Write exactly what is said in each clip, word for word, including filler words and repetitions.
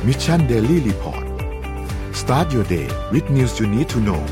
Mission Daily Report start your day with news you need to know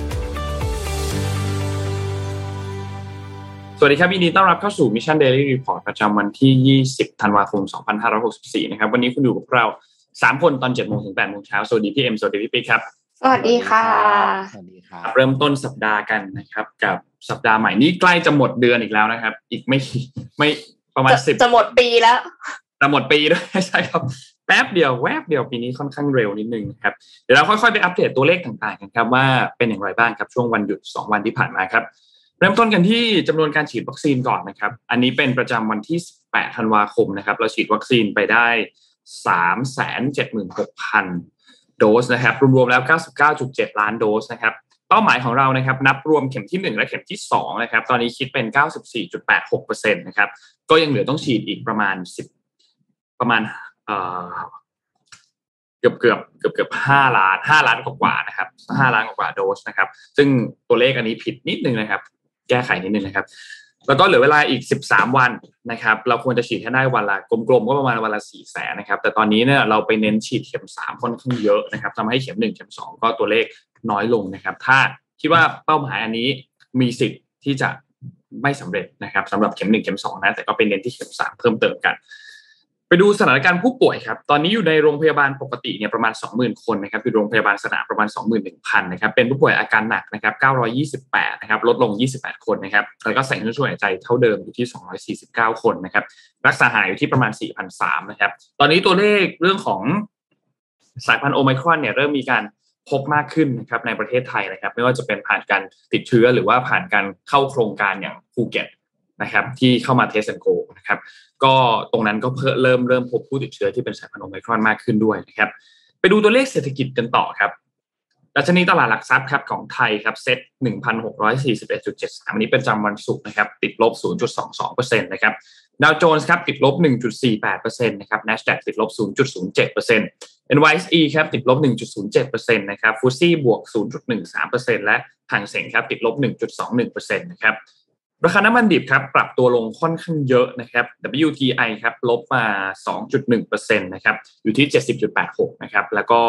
สวัสดีครับยินดีต้อนรับเข้าสู่ Mission Daily Report ประจำวันที่ยี่สิบธันวาคมสองพันห้าร้อยหกสิบสี่นะครับวันนี้คุณอยู่กับเราสามคนตอน เจ็ดโมง ถึง แปดโมง เช้าสวัสดีพี่เอ็มสวัสดีพี่ปิ๊กครับสวัสดีค่ะสวัสดีครับเริ่มต้นสัปดาห์กันนะครับกับสัปดาห์ใหม่นี้ใกล้จะหมดเดือนอีกแล้วนะครับอีกไม่ไม่ประมาณสิบจะหมดปีแล้วจะหมดปีด้วยใช่ครับแป๊บเดียวแวบเดียวปีนี้ค่อนข้างเร็วนิดนึงครับเดี๋ยวเราค่อยๆไปอัปเดตตัวเลขต่างๆกันครับว่าเป็นอย่างไรบ้างครับช่วงวันหยุดสองวันที่ผ่านมาครับเริ่มต้นกันที่จำนวนการฉีดวัคซีนก่อนนะครับอันนี้เป็นประจำวันที่สิบแปดธันวาคมนะครับเราฉีดวัคซีนไปได้ สามแสนเจ็ดหมื่นหกพัน โดสนะครับรวมๆแล้ว เก้าสิบเก้าจุดเจ็ด ล้านโดสนะครับเป้าหมายของเรานะครับนับรวมเข็มที่หนึ่งและเข็มที่สองนะครับตอนนี้คิดเป็น เก้าสิบสี่จุดแปดหกเปอร์เซ็นต์ นะครับก็ยังเหลือต้องฉีดอีกประมาณสิบประมาณเอ่อเกือบเกือบเกือบเกือบห้าล้านห้าล้านกว่าๆนะครับห้าล้านกว่าโดสนะครับซึ่งตัวเลขอันนี้ผิดนิดนึงนะครับแก้ไขนิดนึงนะครับแล้วก็เหลือเวลาอีกสิบสามวันนะครับเราควรจะฉีดให้ได้วันละกลมๆก็ประมาณวันละ สี่แสน นะครับแต่ตอนนี้เนี่ยเราไปเน้นฉีดเข็มสามค่อนข้างเยอะนะครับทำให้เข็มหนึ่งเข็มสองก็ตัวเลขน้อยลงนะครับถ้าคิดว่าเป้าหมายอันนี้มีสิทธิ์ที่จะไม่สำเร็จนะครับสำหรับเข็มหนึ่งเข็มสองนะแต่ก็ไปเน้นที่เข็มสามเพิ่มเติมกันไปดูสถานการณ์ผู้ป่วยครับตอนนี้อยู่ในโรงพยาบาลปกติเนี่ยประมาณ สองหมื่น คนนะครับอยู่โรงพยาบาลสนามประมาณ สองหมื่นหนึ่งพัน นะครับเป็นผู้ป่วยอาการหนักนะครับเก้าร้อยยี่สิบแปดนะครับลดลงยี่สิบแปดคนนะครับแล้วก็ใส่เครื่องช่วยหายใจเท่าเดิมอยู่ที่สองร้อยสี่สิบเก้าคนนะครับรักษาหายอยู่ที่ประมาณ สี่พันสามร้อย นะครับตอนนี้ตัวเลขเรื่องของสายพันธุ์โอไมครอนเนี่ยเริ่มมีการพบมากขึ้นนะครับในประเทศไทยนะครับไม่ว่าจะเป็นผ่านการติดเชื้อหรือว่าผ่านการเข้าโครงการอย่างภูเก็ตนะครับที่เข้ามา Test and Go นะครับก็ตรงนั้นก็เพิ่มเริ่มเริ่มพบผู้ติดเชื้อที่เป็นสายพันธุ์โอไมครอนมากขึ้นด้วยนะครับไปดูตัวเลขเศรษฐกิจกันต่อครับดัชนีตลาดหลักทรัพย์ครับของไทยครับเซ็ต หนึ่งพันหกร้อยสี่สิบเอ็ดจุดเจ็ดสาม อันนี้เป็นประจำวันศุกร์นะครับติดลบ ศูนย์จุดสองสองเปอร์เซ็นต์ นะครับดาวโจนส์ครับติดลบ หนึ่งจุดสี่แปดเปอร์เซ็นต์ นะครับ NASDAQ ติดลบ ศูนย์จุดศูนย์เจ็ดเปอร์เซ็นต์ เอ็น วาย เอส อี ครับติดลบ หนึ่งจุดศูนย์เจ็ดเปอร์เซ็นต์ นะครับ เอฟ ที เอ เอส บวก ศูนย์จุดหนึ่งสามเปอร์เซ็นต์ และหางเส็งครับติดลบ หนึ่งจุดสองหนึ่งเปอร์เซ็นต์ นะครับราคาน้ำมันดิบครับปรับตัวลงค่อนข้างเยอะนะครับ ดับเบิลยู ที ไอ ครับลบมา สองจุดหนึ่งเปอร์เซ็นต์ นะครับอยู่ที่ เจ็ดสิบจุดแปดหก นะครับแล้วก็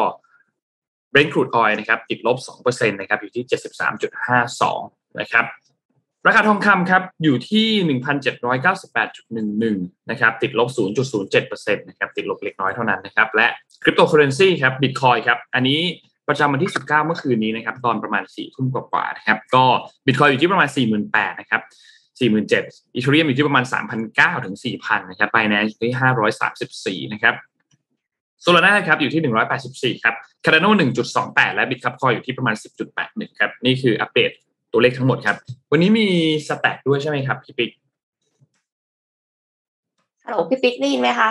Brent crude oil นะครับติดลบ สองเปอร์เซ็นต์ นะครับอยู่ที่ เจ็ดสิบสามจุดห้าสอง นะครับราคาทองคำครับอยู่ที่ หนึ่งพันเจ็ดร้อยเก้าสิบแปดจุดหนึ่งหนึ่ง นะครับติดลบ ศูนย์จุดศูนย์เจ็ดเปอร์เซ็นต์ นะครับติดลบเล็กน้อยเท่านั้นนะครับและ Cryptocurrency ครับ Bitcoin ครับอันนี้ประจำวันที่สิบเก้าเมื่อคืนนี้นะครับตอนประมาณ สี่ทุ่ม กว่าๆนะครับก็ Bitcoin อยู่ที่ประมาณ สี่หมื่นแปดพัน นะครับ สี่หมื่นเจ็ดพัน Ethereum อยู่ที่ประมาณ สามพันเก้าร้อย ถึง สี่พัน นะครับ Binance อยู่ที่ห้าร้อยสามสิบสี่นะครับ Solana ครับอยู่ที่หนึ่งร้อยแปดสิบสี่ครับ Cardano หนึ่งจุดสองแปด และ Bitcoin อยู่ที่ประมาณ สิบจุดแปดหนึ่ง ครับนี่คืออัปเดตตัวเลขทั้งหมดครับวันนี้มีสแตทด้วยใช่ไหมครับพี่ปิ๊กฮัลโหลพี่ปิ๊กได้ยินไหมคะ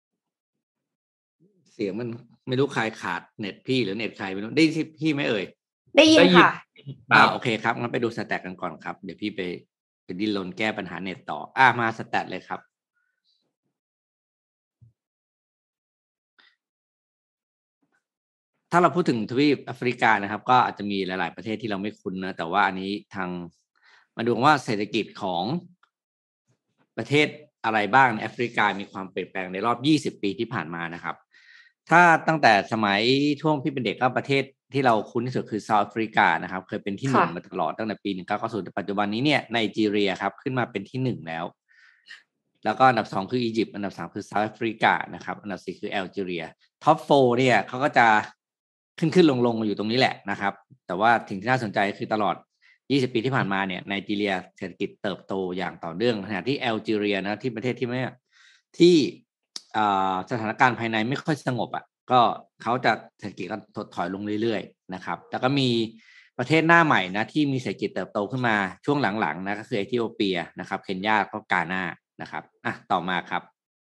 เสียงมันไม่รู้ใครขาดเน็ตพี่หรือเน็ตใครไม่รู้ได้ยินพี่ไหมเอ่ยได้ยินค่ะอ่าโอเคครับงั้นไปดูสแตทกันก่อนครับเดี๋ยวพี่ไปไปดิ้นรนแก้ปัญหาเน็ตต่ออ่ะมาสแตทเลยครับถ้าเราพูดถึงทวีปแอฟริกานะครับก็อาจจะมีหลายๆประเทศที่เราไม่คุ้นนะแต่ว่าอันนี้ทางมาดูว่าเศรษฐกิจของประเทศอะไรบ้างในแอฟริกามีความเปลี่ยนแปลงในรอบยี่สิบปีที่ผ่านมานะครับถ้าตั้งแต่สมัยช่วงพี่เป็นเด็กก็ประเทศที่เราคุ้นที่สุดคือเซาท์แอฟริกานะครับเคยเป็นที่หนึ่งมาตลอดตั้งแต่ปีหนึ่งพันเก้าร้อยเก้าสิบแต่ปัจจุบันนี้เนี่ยไนจีเรียครับขึ้นมาเป็นที่หนึ่งแล้วแล้วก็อันดับสองคืออียิปต์อันดับสามคือเซาท์แอฟริกานะครับอันดับสี่คือแอลจีเรียท็อปโฟร์เนี่ยเขาก็จะขึ้นขึ้นลงลงอยู่ตรงนี้แหละนะครับแต่ว่าสิ่งที่น่าสนใจคือตลอดยี่สิบปีที่ผ่านมาเนี่ยไนจีเรียเศรษฐกิจเติบโตอย่างต่อเนื่องขณะที่แอลจีเรียนะที่ประเทศที่ไม่ที่สถานการณ์ภายในไม่ค่อยสงบอ่ะก็เขาจะเศรษฐกิจก็ถดถอยลงเรื่อยๆนะครับแล้วก็มีประเทศหน้าใหม่นะที่มีเศรษฐกิจเติบโตขึ้นมาช่วงหลังๆนะก็คือเอธิโอเปียนะครับเคนยาก็กานานะครับอ่ะต่อมาครับ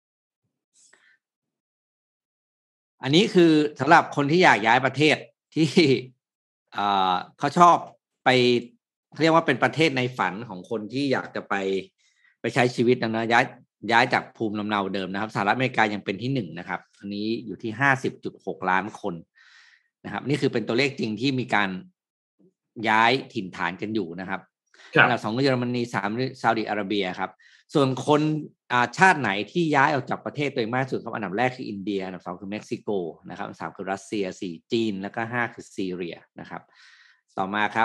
อันนี้คือสำหรับคนที่อยากย้ายประเทศที่เขาชอบไปเรียกว่าเป็นประเทศในฝันของคนที่อยากจะไปไปใช้ชีวิตนะย้ายย้ายจากภูมิลำเนาเดิมนะครับสหรัฐอเมริกายังเป็นที่หนึ่งนะครับอันนี้อยู่ที่ ห้าสิบจุดหก ล้านคนนะครับนี่คือเป็นตัวเลขจริงที่มีการย้ายถิ่นฐานกันอยู่นะครับอันดับสองคือเยอรมนีสามซาอุดิอาระเบียครับส่วนคนอ่าชาติไหนที่ย้ายออกจากประเทศตัวเองมากที่สุดครับอันดับแรกคืออินเดียอันดับสองคือเม็กซิโกนะครับอันดับสามคือรัสเซียสี่จีนแล้วก็ห้าคือซีเรียนะครับต่อมาครับ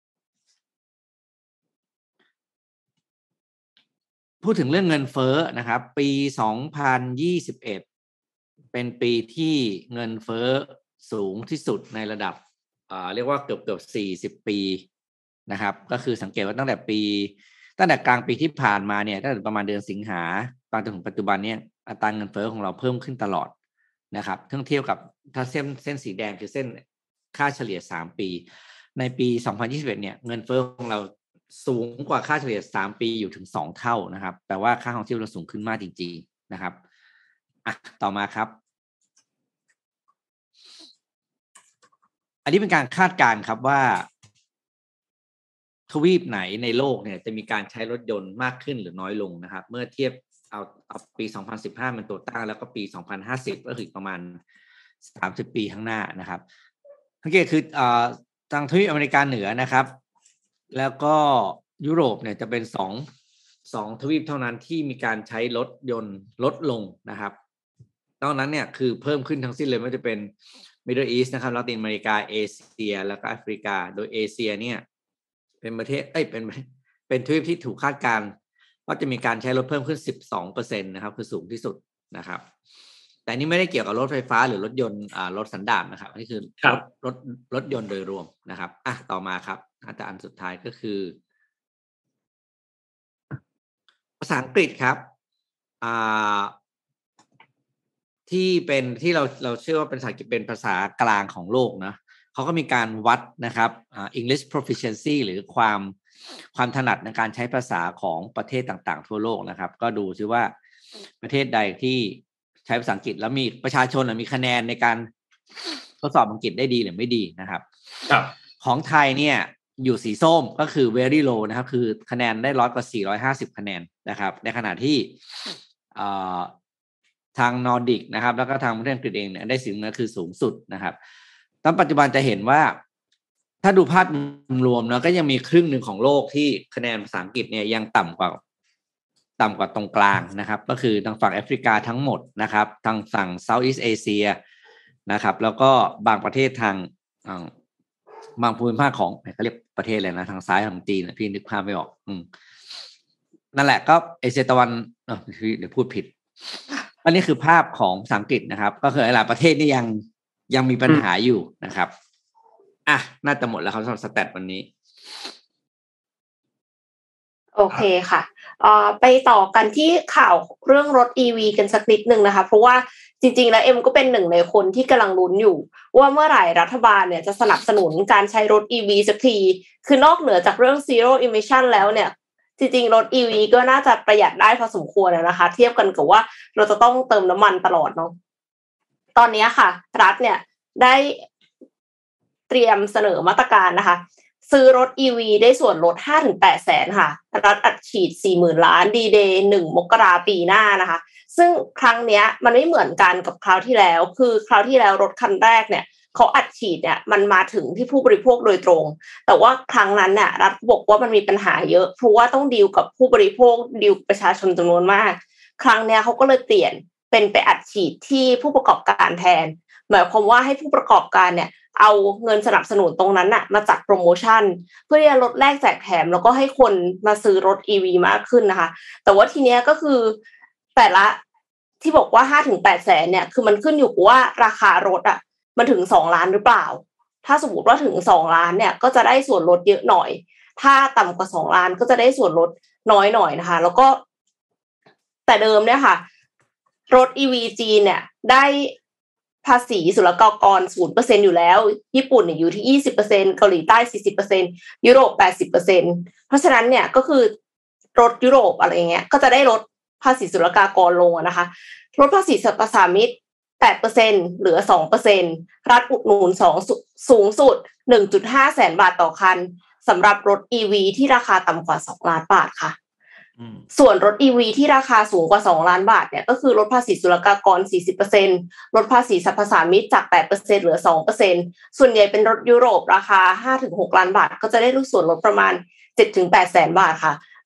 พูดถึงเรื่องเงินเฟ้อนะครับปีสองพันยี่สิบเอ็ดเป็นปีที่เงินเฟ้อสูงที่สุดในระดับอ่าเรียกว่าเกือบเกือบสี่สิบปีนะครับก็คือสังเกตว่าตั้งแต่ปีตั้งแต่กลางปีที่ผ่านมาเนี่ยตั้งแต่ประมาณเดือนสิงหาตอนจนถึงปัจจุบันเนี่ยอัตราเงินเฟ้อของเราเพิ่มขึ้นตลอดนะครับเทียบเทียบกับถ้าเส้นเส้นสีแดงคือเส้นค่าเฉลี่ยสามปีในปีสองพันยี่สิบเอ็ดเนี่ยเงินเฟ้อของเราสูงกว่าค่าเฉลี่ยสามปีอยู่ถึงสองเท่านะครับแปลว่าค่าของชีพเราสูงขึ้นมากจริงๆนะครับอ่ะต่อมาครับอันนี้เป็นการคาดการณ์ครับว่าทวีปไหนในโลกเนี่ยจะมีการใช้รถยนต์มากขึ้นหรือน้อยลงนะครับเมื่อเทียบเอาเอาปีสองพันสิบห้าเป็นตัวตั้งแล้วก็ปีสองพันห้าสิบก็คือประมาณสามสิบปีข้างหน้านะครับสังเกตคืออ่าทางทวีปอเมริกาเหนือนะครับแล้วก็ยุโรปเนี่ยจะเป็นสองสองทวีปเท่านั้นที่มีการใช้รถยนต์ลดลงนะครับนอกนั้นเนี่ยคือเพิ่มขึ้นทั้งสิ้นเลยไม่ว่าจะเป็น Middle East นะครับลาตินอเมริกาเอเชียแล้วก็แอฟริกาโดยเอเชียเนี่ยเป็นประเทศเอ้ยเป็นเป็นทวีปที่ถูกคาดการณ์ว่าจะมีการใช้รถเพิ่มขึ้น สิบสองเปอร์เซ็นต์ นะครับคือสูงที่สุดนะครับแต่นี่ไม่ได้เกี่ยวกับรถไฟฟ้าหรือรถยนต์อ่ารถสันดาปนะครับอันนี้คือรถรถรถยนต์โดยรวมนะครับอ่ะต่อมาครับอาจารย์สุดท้ายก็คือภาษาอังกฤษครับอ่าที่เป็นที่เราเราเชื่อว่าเป็นภาษาอังกฤษเป็นภาษากลางของโลกนะเขาก็มีการวัดนะครับอ่า English proficiency หรือความความถนัดในการใช้ภาษาของประเทศต่างๆทั่วโลกนะครับก็ดูซิว่าประเทศใดที่ใช้ภาษาอังกฤษแล้วมีประชาชนมีคะแนนในการทดสอบอังกฤษได้ดีหรือไม่ดีนะครับของไทยเนี่ยอยู่สีส้มก็คือ very low นะครับคือคะแนนได้ร้อยกว่าสี่ร้อยห้าสิบคะแนนนะครับในขณะที่ทางนอร์ดิกนะครับแล้วก็ทางประเทศอังกฤษเองเนี่ยได้สีน้ำเงินคือสูงสุดนะครับตอนปัจจุบันจะเห็นว่าถ้าดูภาพรวมนะก็ยังมีครึ่งหนึ่งของโลกที่คะแนนภาษาอังกฤษเนี่ยยังต่ำกว่าต่ำกว่าตรงกลางนะครับก็คือทางฝั่งแอฟริกาทั้งหมดนะครับทางฝั่ง Southeast Asia นะครับแล้วก็บางประเทศทางบางภูมิภาคของเขาเรียกประเทศอะไรนะทางซ้ายของจีนพี่นึกภาพไม่ออกอืมนั่นแหละก็เอเชียตะวันเออเดี๋ยวพูดผิดอันนี้คือภาพของภาษาอังกฤษนะครับก็คือหลายประเทศนี่ยังยังมีปัญหาอยู่นะครับอ่ะน่าจะหมดแล้วครับสำหรับสแตทวันนี้โอเคค่ะเอ่อไปต่อกันที่ข่าวเรื่องรถ อี วี กันสักนิดนึงนะคะเพราะว่าจริงๆแล้วเอ็มก็เป็นหนึ่งในคนที่กำลังลุ้นอยู่ว่าเมื่อไหร่รัฐบาลเนี่ยจะสนับสนุนการใช้รถ อี วี สักทีคือนอกเหนือจากเรื่อง zero emission แล้วเนี่ยจริงๆรถ อี วี ก็น่าจะประหยัดได้พอสมควรนะคะเทียบกันกับว่าเราจะต้องเติมน้ำมันตลอดเนาะตอนนี้ค่ะรัฐเนี่ยได้เตรียมเสนอมาตรการนะคะซื้อรถ อี วี ได้ส่วนลด ห้าถึงแปด แสนค่ะรัฐอัดฉีด สี่หมื่น ล้านดีเดย์หนึ่งมกราปีหน้านะคะซึ่งครั้งเนี้ยมันไม่เหมือนกันกับคราวที่แล้วคือคราวที่แล้วรถคันแรกเนี่ยเขาอัดฉีดเนี่ยมันมาถึงที่ผู้บริโภคโดยตรงแต่ว่าครั้งนั้นเนี่ยรัฐบอกว่ามันมีปัญหาเยอะเพราะว่าต้องดีลกับผู้บริโภคดีลประชาชนจำนวนมากครั้งเนี้ยเขาก็เลยเปลี่ยนเป็นไปอัดฉีดที่ผู้ประกอบการแทนหมายความว่าให้ผู้ประกอบการเนี่ยเอาเงินสนับสนุนตรงนั้นน่ะมาจัดโปรโมชั่นเพื่อที่จะลดแลกแจกแถมแล้วก็ให้คนมาซื้อรถ อี วี มากขึ้นนะคะแต่ว่าทีเนี้ยก็คือแต่ละที่บอกว่า ห้าถึงแปด แสนเนี่ยคือมันขึ้นอยู่กับว่าราคารถอ่ะมันถึงสองล้านหรือเปล่าถ้าสมมติว่าถึงสองล้านเนี่ยก็จะได้ส่วนลดเยอะหน่อยถ้าต่ำกว่าสองล้านก็จะได้ส่วนลดน้อยหน่อยนะคะแล้วก็แต่เดิมเนี่ยค่ะรถ อี วี จีนเนี่ยได้ภาษีศุลกากร ศูนย์ เปอร์เซ็นต์ อยู่แล้วญี่ปุ่นเนี่ยอยู่ที่ ยี่สิบเปอร์เซ็นต์ เกาหลีใต้ สี่สิบเปอร์เซ็นต์ ยุโรป แปดสิบเปอร์เซ็นต์ เพราะฉะนั้นเนี่ยก็คือรถยุโรปอะไรเงี้ยก็จะได้ลดภาษีศุลกากรลงนะคะลดภาษีสรรพสามิต แปดเปอร์เซ็นต์ เหลือ สองเปอร์เซ็นต์ รัฐอุดหนุนสองสูงสุด หนึ่งจุดห้า แสนบาทต่อคันสำหรับรถ อี วี ที่ราคาต่ำกว่าสองล้านบาทค่ะส่วนรถ อี วี ที่ราคาสูงกว่าสองล้านบาทเนี่ยก็คือลดภาษีศุลกากร สี่สิบเปอร์เซ็นต์ ลดภาษีสรรพสามิตจาก แปดเปอร์เซ็นต์ เหลือ สองเปอร์เซ็นต์ ส่วนใหญ่เป็นรถยุโรปราคา ห้าถึงหก ล้านบาทก็จะได้ลูกส่วนลดประมาณ เจ็ดถึงแปด แสนบาทค่ะ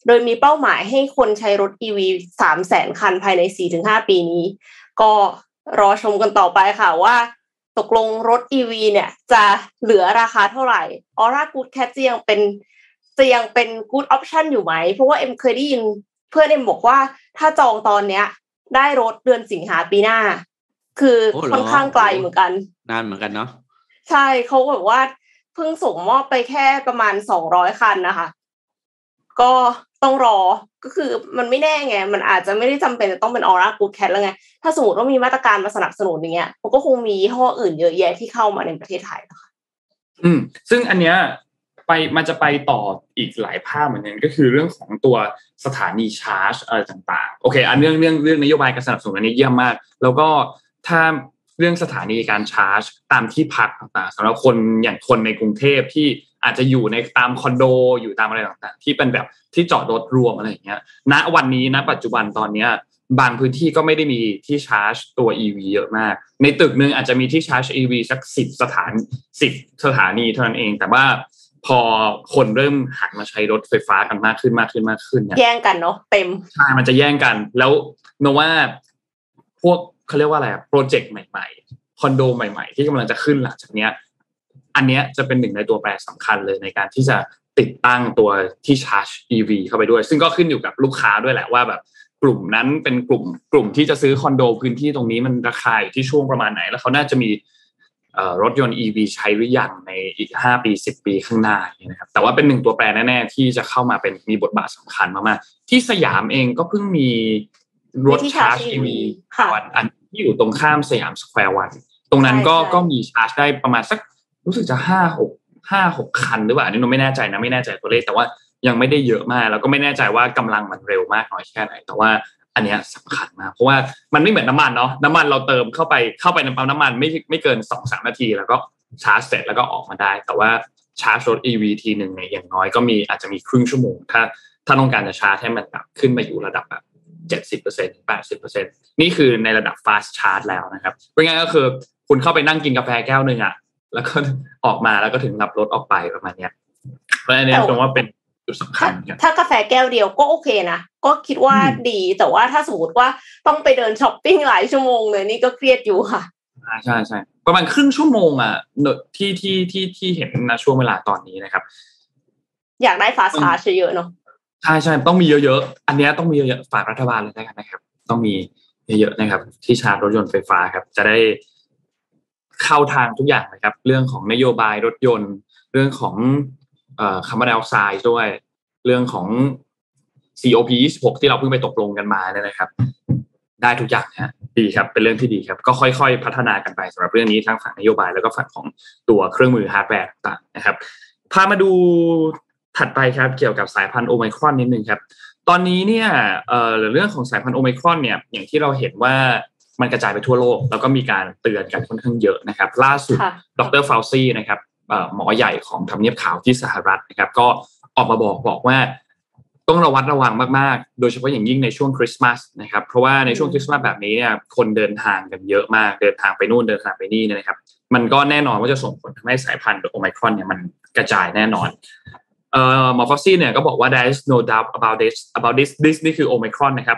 โดยมีเป้าหมายให้คนใช้รถ อี วี สามแสน คันภายใน สี่ถึงห้า ปีนี้ก็รอชมกันต่อไปค่ะว่าตกลงรถ อี วี เนี่ยจะเหลือราคาเท่าไหร่ Aura Good Cat จะยังเป็นจะยังเป็น good option อยู่ไหมเพราะว่าเอ็มเคยได้ยินเพื่อนเอ็มบอกว่าถ้าจองตอนเนี้ยได้รถเดือนสิงหาปีหน้าคือค่อนข้างไกลเหมือนกันนานเหมือนกันเนาะใช่เขาบอกว่าเพิ่งส่งมอบไปแค่ประมาณสองร้อยคันนะคะก็ต้องรอก็คือมันไม่แน่ไงมันอาจจะไม่ได้จำเป็นจะต้องเป็น Aura Good Cat แล้วไงถ้าสมมติว่ามีมาตรการมาสนับสนุนอย่างเงี้ยมันก็คงมียี่ห้ออื่นเยอะแยะที่เข้ามาในประเทศไทยนะคะอืมซึ่งอันเนี้ยไปมันจะไปต่ออีกหลายภาคเหมือนกันก็คือเรื่องของตัวสถานีชาร์จอะไรต่างๆโอเคอันเรื่องเรื่องเรื่องนโยบายการสนับสนุนอันนี้เยี่ยมมากแล้วก็ถ้าเรื่องสถานีการชาร์จตามที่พักต่างๆสำหรับคนอย่างคนในกรุงเทพที่อาจจะอยู่ในตามคอนโดอยู่ตามอะไรต่างๆที่เป็นแบบที่จอดรถรวมอะไรอย่างเงี้ยณวันนี้ณปัจจุบันตอนเนี้ยบางพื้นที่ก็ไม่ได้มีที่ชาร์จตัว อี วี เยอะมากในตึกนึงอาจจะมีที่ชาร์จ อี วี สักสิบสถานสิบสถานีเท่านั้นเองแต่ว่าพอคนเริ่มหันมาใช้รถไฟฟ้ากันมากขึ้นมากขึ้นมากขึ้นเนี่ยแย่งกันเนาะเต็มใช่มันจะแย่งกันแล้วโนว่าพวกเขาเรียกว่าอะไรโปรเจกต์ใหม่ๆคอนโดใหม่ๆที่กำลังจะขึ้นหลังจากเนี้ยอันเนี้ยจะเป็นหนึ่งในตัวแปรสำคัญเลยในการที่จะติดตั้งตัวที่ชาร์จ อี วี เข้าไปด้วยซึ่งก็ขึ้นอยู่กับลูกค้าด้วยแหละว่าแบบกลุ่มนั้นเป็นกลุ่มกลุ่มที่จะซื้อคอนโดพื้นที่ตรงนี้มันราคาอยู่ที่ช่วงประมาณไหนแล้วเขาน่าจะมีรถยนต์ อี วี ใช้หรือยังในอีกห้าปีสิบปีข้างหน้านะครับแต่ว่าเป็นหนึ่งตัวแปรแน่ๆที่จะเข้ามาเป็นมีบทบาทสำคัญมากๆที่สยามเองก็เพิ่งมีรถชาร์จ อี วี วันอันที่อยู่ตรงข้ามสยามสแควร์วันตรงนั้นก็ก็มีชาร์จได้ประมาณสักรู้สึกจะห้า หก ห้า หกคันหรือเปล่าอันนี้เราไม่แน่ใจนะไม่แน่ใจตัวเลขแต่ว่ายังไม่ได้เยอะมากแล้วก็ไม่แน่ใจว่ากำลังมันเร็วมากน้อยแค่ไหนแต่ว่าอันเนี้ยสำคัญมากเพราะว่ามันไม่เหมือนน้ำมันเนาะน้ำมันเราเติมเข้าไปเข้าไปในปั๊มน้ำมันไม่ไม่เกิน สองถึงสาม นาทีแล้วก็ชาร์จเสร็จแล้วก็ออกมาได้แต่ว่าชาร์จรถ อี วี ทีนึงเนี่ยอย่างน้อยก็มีอาจจะมีครึ่งชั่วโมงถ้าถ้าต้องการจะชาร์จให้มันแบบขึ้นมาอยู่ระดับแบบ เจ็ดสิบเปอร์เซ็นต์ แปดสิบเปอร์เซ็นต์ นี่คือในระดับ fast charge แล้วนะครับเพราะงั้นก็คือคุณเข้าไปนั่งกินกาแฟแก้วนึงอ่ะแล้วก็ออกมาแล้วก็ถึงขับรถออกไปประมาณเนี้ยเพราะอันนี้ตรงว่าเป็นจุดสำคัญถ้ากาแฟแก้วเดียวก็โอเคนะก็คิดว่าดีแต่ว่าถ้าสมมติว่าต้องไปเดินช้อปปิ้งหลายชั่วโมงเลยนี่ก็เครียดอยู่ค่ะใช่ใช่ประมาณครึ่งชั่วโมงอ่ะที่ที่ที่ที่เห็นในช่วงเวลาตอนนี้นะครับอยากได้ fast charge เยอะๆเนาะใช่ใช่ต้องมีเยอะๆอันนี้ต้องมีเยอะๆฝากรัฐบาลเลยนะครับต้องมีเยอะๆนะครับที่ชาร์จรถยนต์ไฟฟ้าครับจะได้เข้าทางทุกอย่างนะครับเรื่องของนโยบายรถยนต์เรื่องของเอ่อคาร์บอนไดออกไซด์ด้วยเรื่องของ ซี โอ พี ยี่สิบหกที่เราเพิ่งไปตกลงกันมาเนี่ยนะครับได้ทุกอย่างฮะดีครับเป็นเรื่องที่ดีครับก็ค่อยๆพัฒนากันไปสำหรับเรื่องนี้ทั้งฝั่งนโยบายแล้วก็ฝั่งของตัวเครื่องมือฮาร์ดแวร์ต่างๆนะครับพามาดูถัดไปครับเกี่ยวกับสายพันธุ์โอไมครอนนิดนึงครับตอนนี้เนี่ยเอ่อเรื่องของสายพันธุ์โอไมครอนเนี่ยอย่างที่เราเห็นว่ามันกระจายไปทั่วโลกแล้วก็มีการเตือนกันค่อนข้างเยอะนะครับล่าสุดดร.ฟาวซี่นะครับหมอใหญ่ของทำเนียบขาวที่สหรัฐนะครับก็ออกมาบอกบอกว่าต้องระวัดระวังมากๆโดยเฉพาะอย่างยิ่งในช่วงคริสต์มาสนะครับเพราะว่าในช่วงคริสต์มาสแบบนี้เนี่ยคนเดินทางกันเยอะมากเดินทางไปนู่นเดินทางไปนี่นะครับมันก็แน่นอนว่าจะส่งผลทำให้สายพันธุ์โอไมครอนเนี่ยมันกระจายแน่นอนเอ่อหมอฟาวซี่เนี่ยก็บอกว่า there is no doubt about this about this this นี่คือโอไมครอนนะครับ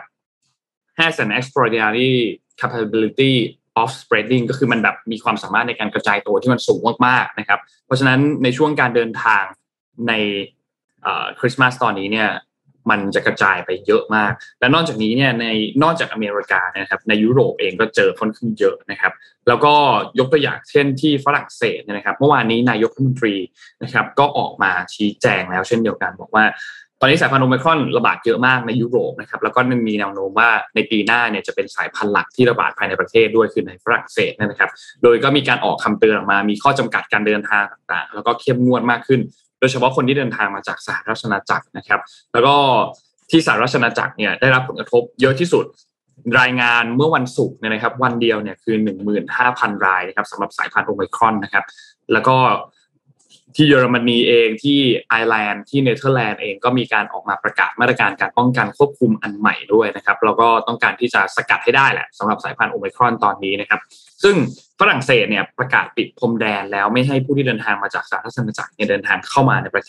has an extraordinary capability of spreading ก็คือมันแบบมีความสามารถในการกระจายตัวที่มันสูงมากๆนะครับเพราะฉะนั้นในช่วงการเดินทางในเอ่อคริสต์มาสตอนนี้เนี่ยมันจะกระจายไปเยอะมากและนอกจากนี้เนี่ยในนอกจากอเมริกานะครับในยุโรปเองก็เจอค่อนข้างเยอะนะครับแล้วก็ยกตัวอย่างเช่นที่ฝรั่งเศสเนี่ยนะครับเมื่อวานนี้นายกรัฐมนตรีนะครับก็ออกมาชี้แจงแล้วเช่นเดียวกันบอกว่าตอนนี้สายพันธุ์โอไมครอนระบาดเยอะมากในยุโรปนะครับแล้วก็มีแนวโน้มว่าในปีหน้าเนี่ยจะเป็นสายพันธุ์หลักที่ระบาดภายในประเทศด้วยคือในฝรั่งเศสนะครับโดยก็มีการออกคำเตือนออกมามีข้อจำกัดการเดินทางต่างๆแล้วก็เข้มงวดมากขึ้นโดยเฉพาะคนที่เดินทางมาจากสหราชอาณาจักรนะครับแล้วก็ที่สหราชอาณาจักรเนี่ยได้รับผลกระทบเยอะที่สุดรายงานเมื่อวันศุกร์เนี่ยนะครับวันเดียวเนี่ยคือ หนึ่งหมื่นห้าพัน รายนะครับสำหรับสายพันธุ์โอไมครอนนะครับแล้วก็ที่เยอรมนีเองที่ไอร์แลนด์ที่เนเธอร์แลนด์เองก็มีการออกมาประกาศมาตรการการป้องกันควบคุมอันใหม่ด้วยนะครับแล้วก็ต้องการที่จะสกัดให้ได้แหละสำหรับสายพันธุ์โอไมครอนตอนนี้นะครับซึ่งฝรั่งเศสเนี่ยประกาศปิดพรมแดนแล้วไม่ให้ผู้ที่เดินทางมาจากสหราชอาณาจักรเนี่ยเดินทางเข้ามาในประเทศ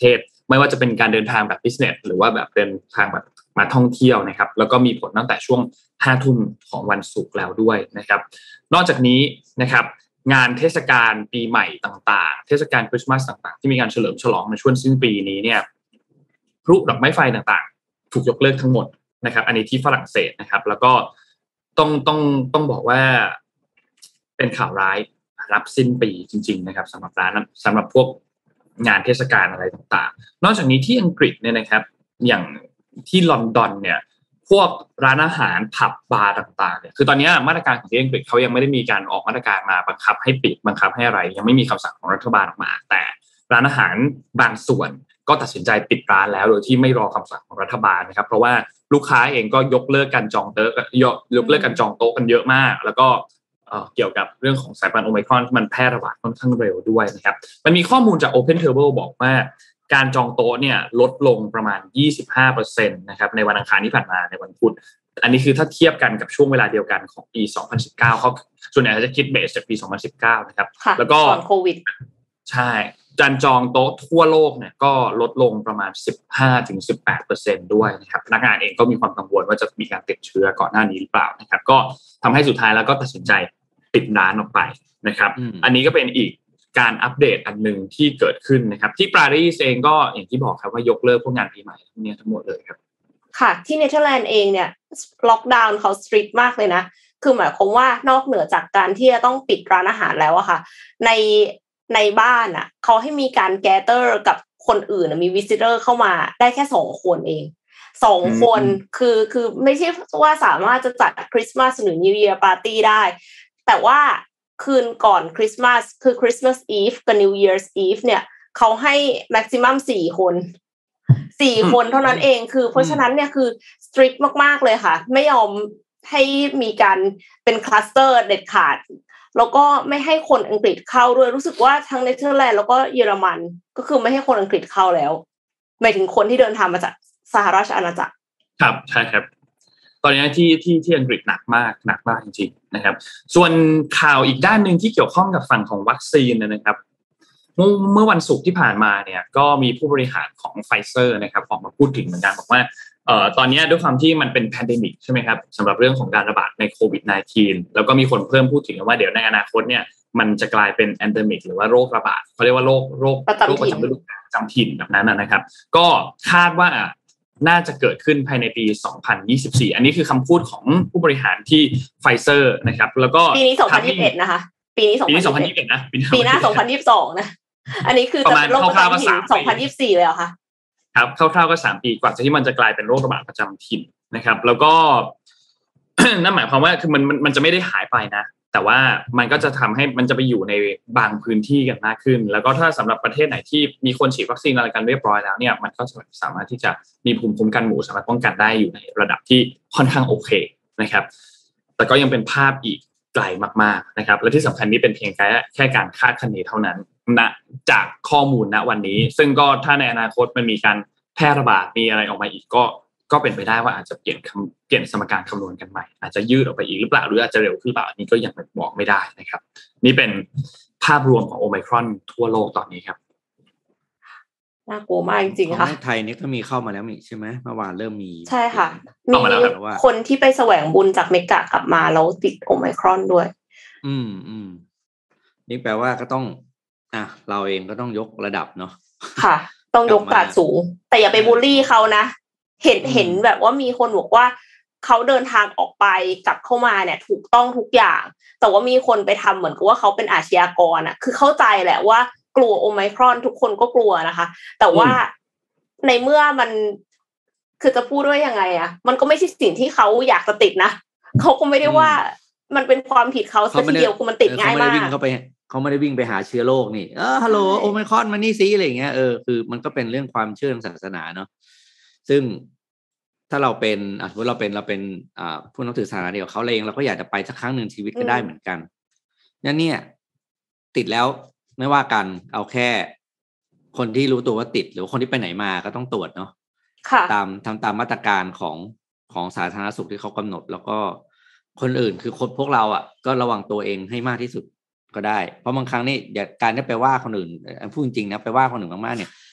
ไม่ว่าจะเป็นการเดินทางแบบ business หรือว่าแบบเดินทางแบบมาท่องเที่ยวนะครับแล้วก็มีผลตั้งแต่ช่วงห้าทุ่มของวันศุกร์แล้วด้วยนะครับนอกจากนี้นะครับงานเทศกาลปีใหม่ต่างๆเทศกาลคริสต์มาสต่างๆที่มีการเฉลิมฉลองในช่วงสิ้นปีนี้เนี่ยพลุดอกไม้ไฟต่างๆถูกยกเลิกทั้งหมดนะครับอันนี้ที่ฝรั่งเศสนะครับแล้วก็ต้องต้องต้องบอกว่าเป็นข่าวร้ายรับสิ้นปีจริงๆนะครับสำหรับร้านสำหรับพวกงานเทศกาลอะไรต่างๆนอกจากนี้ที่อังกฤษเนี่ยนะครับอย่างที่ลอนดอนเนี่ยพวกร้านอาหารผับบาร์ต่างๆเนี่ยคือตอนนี้มาตรการของที่อังกฤษเขายังไม่ได้มีการออกมาตรการมาบังคับให้ปิดบังคับให้อะไรยังไม่มีคำสั่งของรัฐบาลออกมาแต่ร้านอาหารบางส่วนก็ตัดสินใจปิดร้านแล้วโดยที่ไม่รอคำสั่งของรัฐบาลนะครับเพราะว่าลูกค้าเองก็ยกเลิกการจองโต๊ะยกเลิกการจองโต๊ะกันเยอะมากแล้วก็เกี่ยวกับเรื่องของสายพันธุ์โอไมครอนที่มันแพร่ระบาดค่อนข้างเร็วด้วยนะครับมันมีข้อมูลจาก Open Table บอกว่าการจองโต๊ะเนี่ยลดลงประมาณ ยี่สิบห้าเปอร์เซ็นต์ นะครับในวันอังคารที่ผ่านมาในวันพุธอันนี้คือถ้าเทียบกันกับช่วงเวลาเดียวกันของปีสองพันสิบเก้าเขาส่วนใหญ่จะคิดเบสจากปีสองพันสิบเก้านะครับแล้วก็ก่อนโควิดใช่การจองโต๊ะทั่วโลกเนี่ยก็ลดลงประมาณ สิบห้าถึงสิบแปดเปอร์เซ็นต์ ด้วยนะครับพนักงานเองก็มีความกังวลว่าจะมีการติดเชื้อก่อนหน้านี้หรือเปล่านะครับก็ทำให้สุดท้ายแล้วก็ตัดสินใจปิดร้านออกไปนะครับอันนี้ก็เป็นอีกการอัปเดตอันนึงที่เกิดขึ้นนะครับที่ปารีสเองก็อย่างที่บอกครับว่ายกเลิกพวกงานปีใหม่ทั้งนี้ทั้งหมดเลยครับค่ะที่เนเธอร์แลนด์เองเนี่ยล็อกดาวน์เขาสตริกมากเลยนะคือหมายความว่านอกเหนือจากการที่จะต้องปิดร้านอาหารแล้วอะค่ะในในบ้านอะเขาให้มีการแกเตอร์กับคนอื่นมีวิสิเตอร์เข้ามาได้แค่สองคนเองสองคนคือคือไม่ใช่ว่าสามารถจะจัดคริสต์มาสหรือนิวเยียร์ปาร์ตี้ได้แต่ว่าคืนก่อนคริสต์มาสคือคริสต์มาสอีฟกับนิวเยียร์อีฟเนี่ยเขาให้แม็กซิมัมสี่คนสี่คนเท่านั้นเองคือเพราะฉะนั้นเนี่ยคือสตริกมากๆเลยค่ะไม่ยอมให้มีการเป็นคลัสเตอร์เด็ดขาดแล้วก็ไม่ให้คนอังกฤษเข้าด้วยรู้สึกว่าทั้งเนเธอร์แลนด์แล้วก็เยอรมันก็คือไม่ให้คนอังกฤษเข้าแล้วหมายถึงคนที่เดินทางมาจากสหราชอาณาจักรครับใช่ครับตอนนี้ที่ที่ที่อังกฤษหนักมากหนักมากจริงๆนะครับส่วนข่าวอีกด้านนึงที่เกี่ยวข้องกับฝั่งของวัคซีนนะครับเมื่อวันศุกร์ที่ผ่านมาเนี่ยก็มีผู้บริหารของไฟเซอร์นะครับออกมาพูดถึงเหมือนกันบอกว่าเอ่อตอนนี้ด้วยความที่มันเป็นแพนเดมิกใช่ไหมครับสำหรับเรื่องของการระบาดในโควิด สิบเก้า แล้วก็มีคนเพิ่มพูดถึงว่าเดี๋ยวในอนาคตเนี่ยมันจะกลายเป็นแอนเดมิกหรือว่าโรคระบาดเขาเรียกว่าโรคโรคโรคประจำฤดูกาลประจำถิ่นแบบนั้นนะครับก็คาดว่าน่าจะเกิดขึ้นภายในปีสองพันยี่สิบสี่อันนี้คือคำพูดของผู้บริหารที่ไฟเซอร์นะครับแล้วก็ปีนี้สองพันยี่สิบเอ็ดนะคะปีนี้สองพันยี่สิบเอ็ดนะปีหน้าสองพันยี่สิบสองนะอันนี้คือจะเป็นโรคประจำถิ่นสองพันยี่สิบสี่เลยเหรอคะครับคร่าวๆก็สามปีกว่าที่มันจะกลายเป็นโรคระบาดประจำถิ่นนะครับแล้วก็ นั่นหมายความว่าคือมันมันจะไม่ได้หายไปนะแต่ว่ามันก็จะทำให้มันจะไปอยู่ในบางพื้นที่กันมากขึ้นแล้วก็ถ้าสำหรับประเทศไหนที่มีคนฉีดวัคซีนอะไรกันเรียบร้อยแล้วเนี่ยมันก็สามารถที่จะมีภูมิคุ้มกันหมู่สามารถป้องกันได้อยู่ในระดับที่ค่อนข้างโอเคนะครับแต่ก็ยังเป็นภาพอีกไกลมากๆนะครับและที่สำคัญนี้เป็นเพียงแค่แค่การคาดคะเนเท่านั้นณจากข้อมูลณวันนี้ซึ่งก็ถ้าในอนาคตมันมีการแพร่ระบาดมีอะไรออกมาอีกก็ก็เป็นไปได้ว่าอาจจะเปลี่ยนเปลี่ยนสมการคำนวณกันใหม่อาจจะยืดออกไปอีกหรือเปล่าหรืออาจจะเร็วขึ้นหรือเปล่าอันนี้ก็ยังบอกไม่ได้นะครับนี่เป็นภาพรวมของโอไมครอนทั่วโลกตอนนี้ครับน่ากลัวมากจริงๆค่ะไทยนี่ก็มีเข้ามาแล้วมีใช่ไหมเมื่อวานเริ่มมีใช่ค่ะมีคนที่ไปแสวงบุญจากเมกะกลับมาแล้วติดโอไมครอนด้วยอืมอืมนี่แปลว่าก็ต้องอ่ะเราเองก็ต้องยกระดับเนาะค่ะต้องยกกาดสูงแต่อย่าไปบูลลี่เขานะเห็นเห็นแบบว่ามีคนบอกว่าเขาเดินทางออกไปกลับเข้ามาเนี่ยถูกต้องทุกอย่างแต่ว่ามีคนไปทำเหมือนกับว่าเขาเป็นอาชญากรอ่ะคือเข้าใจแหละว่ากลัวโอไมครอนทุกคนก็กลัวนะคะแต่ว่าในเมื่อมันคือจะพูดว่ายังไงอ่ะมันก็ไม่ใช่สิ่งที่เขาอยากจะติดนะเขาก็ไม่ได้ว่ามันเป็นความผิดเขาซะทีเดียวคือมันติดง่ายมากเขาไม่ได้วิ่งเข้าไปเขาไม่ได้วิ่งไปหาเชื้อโรคนี่เออฮัลโหลโอไมครอนมานี่ซิอะไรอย่างเงี้ยเออคือมันก็เป็นเรื่องความเชื่อทางศาสนาเนาะซึ่งถ้าเราเป็นอ่ะสมมติเราเป็นเราเป็นอ่าผู้นับถือศาสนาเดียวเขาเองเราก็อยากจะไปสักครั้งหนึ่งชีวิตก็ได้เหมือนกันนั่นเนี่ยติดแล้วไม่ว่ากันเอาแค่คนที่รู้ตัวว่าติดหรือคนที่ไปไหนมาก็ต้องตรวจเนาะตามทำตามมาตรการของของสาธารณสุขที่เขากำหนดแล้วก็คนอื่นคือคนพวกเราอ่ะก็ระวังตัวเองให้มากที่สุดก็ได้เพราะบางครั้งนี่อย่าการที่ไปว่าคนอื่นพูดจริงๆนะไปว่าคนอื่นมากๆเนี่ย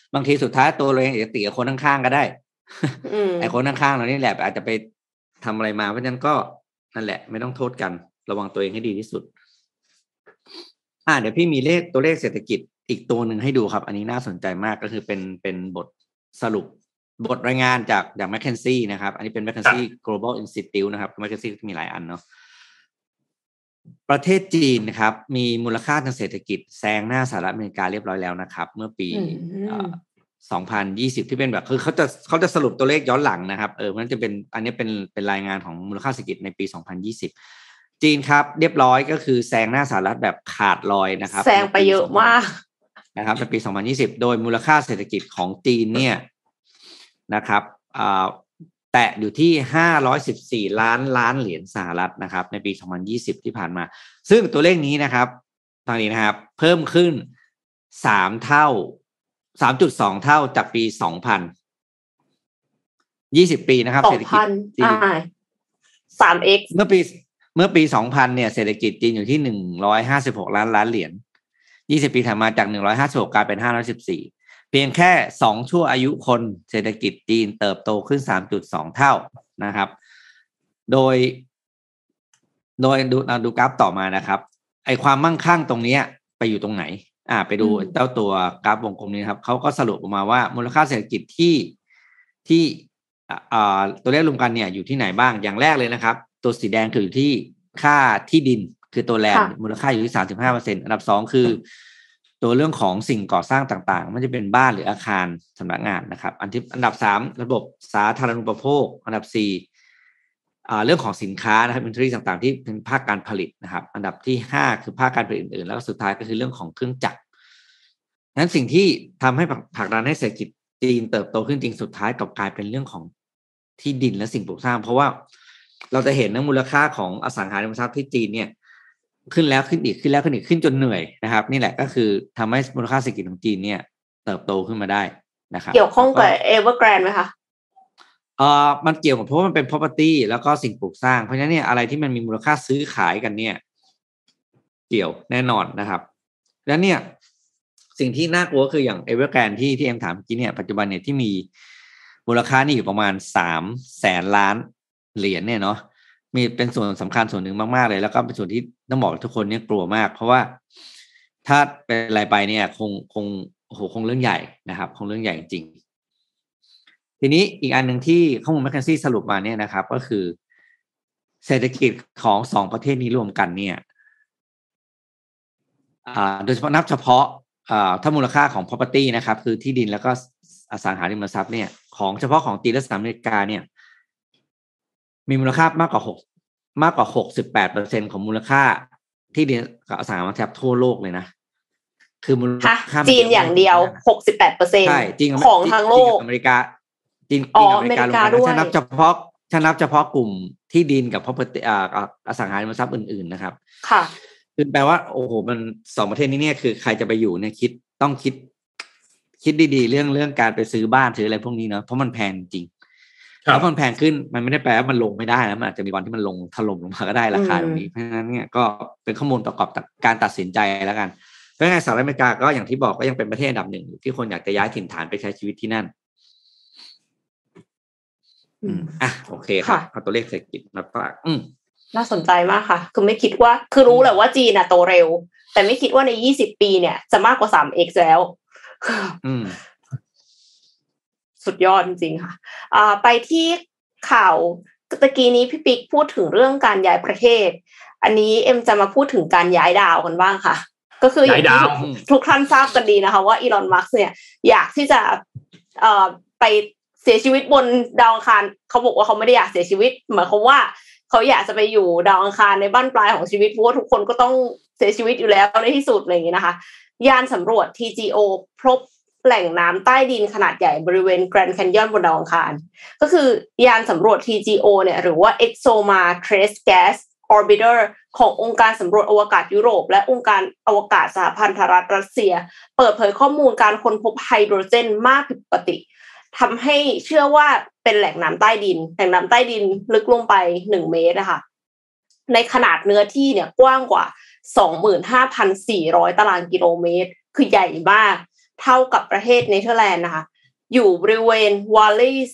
บางทีสุดท้ายตัวเราเองอาจจะติดกับคนข้างๆก็ได้ไอ้คนข้างๆเรานี่แหละอาจจะไปทำอะไรมาเพราะฉะนั้นก็นั่นแหละไม่ต้องโทษกันระวังตัวเองให้ดีที่สุดอ่าเดี๋ยวพี่มีเลขตัวเลขเศรษฐกิจอีกตัวหนึ่งให้ดูครับอันนี้น่าสนใจมากก็คือเป็นเป็นบทสรุปบทรายงานจากจาก McKinsey นะครับอันนี้เป็น McKinsey Global Institute นะครับ McKinsey มีหลายอันเนาะประเทศจีนนะครับมีมูลค่าทางเศรษฐกิจแซงหน้าสหรัฐอเมริกาเรียบร้อยแล้วนะครับเมื่อปีสองพันยี่สิบที่เป็นแบบคือเขาจะเขาจะสรุปตัวเลขย้อนหลังนะครับเออมันจะเป็นอันนี้เป็นเป็นรายงานของมูลค่าเศรษฐกิจในปีสองพันยี่สิบจีนครับเรียบร้อยก็คือแซงหน้าสหรัฐแบบขาดลอยนะครับแซงไปเยอะมากนะครับในปีสองพันยี่สิบโดยมูลค่าเศรษฐกิจของจีนเนี่ยนะครับอ่าแตะอยู่ที่ห้าร้อยสิบสี่ล้านล้านเหรียญสหรัฐนะครับในปีสองพันยี่สิบที่ผ่านมาซึ่งตัวเลขนี้นะครับตอนนี้นะครับเพิ่มขึ้นสามเท่า สามจุดสอง เท่าจากปีสองพันยี่สิบปีนะครับเศรษฐกิจจีนสามเอ็กซ์เมื่อปีเมื่อปีสองพันเนี่ยเศรษฐกิจจีนอยู่ที่หนึ่งร้อยห้าสิบหกล้านล้านเหรียญยี่สิบปีถัดมาจากหนึ่งร้อยห้าสิบหกกลายเป็นห้าร้อยสิบสี่เพียงแค่สองชั่วอายุคนเศรษฐกิจจีนเติบโตขึ้น สามจุดสอง เท่านะครับโดยโดยดูดูกราฟต่อมานะครับไอความมั่งคั่งตรงนี้ไปอยู่ตรงไหนอ่าไปดูเจ้าตัวกราฟวงกลมนี้ครับเขาก็สรุปออกมาว่ามูลค่าเศรษฐกิจที่ที่อ่าตัวเลขรวมกันเนี่ยอยู่ที่ไหนบ้างอย่างแรกเลยนะครับตัวสีแดงคืออยู่ที่ค่าที่ดินคือตัวแลนด์มูลค่าอยู่ที่ สามสิบห้าเปอร์เซ็นต์ อันดับสองคือตัวเรื่องของสิ่งก่อสร้างต่างๆไม่ว่าจะเป็นบ้านหรืออาคารสำนักงานนะครับอันที่อันดับสามระบบสาธารณูปโภคอันดับสี่อ่าเรื่องของสินค้านะครับอินดัสทรีต่างๆที่เป็นภาคการผลิตนะครับอันดับที่ห้าคือภาคการผลิตอื่นๆแล้วก็สุดท้ายก็คือเรื่องของเครื่องจักรนั้นสิ่งที่ทำให้ผลักดันให้เศรษฐกิจจีนเติบโตขึ้นจริงสุดท้ายกลับกลายเป็นเรื่องของที่ดินและสิ่งปลูกสร้างเพราะว่าเราจะเห็นนะมูลค่าของอสังหาริมทรัพย์ที่จีนเนี่ยขึ้นแล้วขึ้นอีกขึ้นแล้วขึ้นอีกขึ้นจนเหนื่อยนะครับนี่แหละก็คือทำให้มูลค่าเศรษฐกิจของจีนเนี่ยเติบโตขึ้นมาได้นะครับเกี่ยวข้องกับ Evergrande ไหมคะเอ่อมันเกี่ยวกับเพราะว่ามันเป็น property แล้วก็สิ่งปลูกสร้างเพราะฉะนั้นเนี่ยอะไรที่มันมีมูลค่าซื้อขายกันเนี่ยเกี่ยวแน่นอนนะครับแล้วเนี่ยสิ่งที่น่ากลัวคืออย่าง Evergrande ที่ที่เอ็มถามเมื่อกี้เนี่ยปัจจุบันเนี่ยที่มีมูลค่านี่อยู่ประมาณสามแสนล้านเหรียญเนี่ยเนาะมีเป็นส่วนสำคัญส่วนหนึ่งมากๆเลยแล้วก็เป็นส่วนที่ต้องบอกทุกคนเนี่ยกลัวมากเพราะว่าถ้าเป็นอะไรไปเนี่ยคงคงโอ้โหคงเรื่องใหญ่นะครับคงเรื่องใหญ่จริงทีนี้อีกอันหนึ่งที่ข้อมูล McKinsey สรุปมาเนี่ยนะครับก็คือเศรษฐกิจของสองประเทศนี้รวมกันเนี่ยอ่าโดยเฉพาะนับเฉพาะอ่าถ้ามูลค่าของ property นะครับคือที่ดินแล้วก็อสังหาริมทรัพย์เนี่ยของเฉพาะของจีนและสหรัฐอเมริกาเนี่ยมีมูลค่ามากกว่าหกมากกว่า หกสิบแปดเปอร์เซ็นต์ ของมูลค่าที่ดินกับอสังหาริมทรัพย์ทั่วโลกเลยนะคือมูลค่าจีนอย่างเดียว หกสิบแปดเปอร์เซ็นต์ใช่จริงของทั้งโลกอเมริกาจีนจีนอเมริกาด้วยถ้านับเฉพาะถ้านับเฉพาะกลุ่มที่ดินกับ property อ่าอสังหาริมทรัพย์อื่นๆนะครับค่ะคือแปลว่าโอ้โหมันสองประเทศนี้เนี่ยคือใครจะไปอยู่เนี่ยคิดต้องคิดคิดดีๆเรื่องเรื่องการไปซื้อบ้านซื้ออะไรพวกนี้เนาะเพราะมันแพงจริงแล้วมันแพงขึ้นมันไม่ได้แปลว่ามันลงไม่ได้นะมันอาจจะมีวันที่มันลงถล่มลงมาก็ได้ราคาตรงนี้เพราะฉะนั้นเนี่ยก็เป็นข้อมูลประกอบการตัดสินใจแล้วกันเพราะงั้นสหรัฐอเมริกาก็อย่างที่บอกก็ยังเป็นประเทศอันดับหนึ่งที่คนอยากจะย้ายถิ่นฐานไปใช้ชีวิตที่นั่นอืมอ่ะโอเคครับเอาตัวเลขเศรษฐกิจมาฝากอืมน่าสนใจมากค่ะคือไม่คิดว่าคือรู้แหละว่าจีนน่ะโตเร็วแต่ไม่คิดว่าในยี่สิบปีเนี่ยจะมากกว่า สามเอ็กซ์ แล้วอืมสุดยอดจริงๆค่ะอ่าไปที่ข่าวตะกี้นี้พี่ปิ๊กพูดถึงเรื่องการย้ายประเทศอันนี้เอ็มจะมาพูดถึงการย้ายดาวกันบ้างค่ะก็คืออย่างที่ทุกท่านทราบกันดีนะคะว่าอีลอนมัสก์เนี่ยอยากที่จะเอ่อไปเสียชีวิตบนดาวอังคารเขาบอกว่าเขาไม่ได้อยากเสียชีวิตหมายความว่าเขาอยากจะไปอยู่ดาวอังคารในบั้นปลายของชีวิตเพราะว่าทุกคนก็ต้องเสียชีวิตอยู่แล้วในที่สุดอะไรอย่างนี้นะคะยานสำรวจ ที จี โอ พบแหล่งน้ำใต้ดินขนาดใหญ่บริเวณแกรนด์แคนยอนบนดาวอังคารก็คือยานสำรวจ ที จี โอ เนี่ยหรือว่า ExoMar Trace Gas Orbiter ขององค์การสำรวจอวกาศยุโรปและองค์การอวกาศสหพันธรัฐรัสเซียเปิดเผยข้อมูลการค้นพบไฮโดรเจนมากผิดปกติทำให้เชื่อว่าเป็นแหล่งน้ำใต้ดินแหล่งน้ำใต้ดินลึกลงไปหนึ่งเมตรนะคะในขนาดเนื้อที่เนี่ยกว้างกว่า สองหมื่นห้าพันสี่ร้อย ตารางกิโลเมตรคือใหญ่มากเท่ากับประเทศเนเธอร์แลนด์นะคะอยู่บริเวณ Valles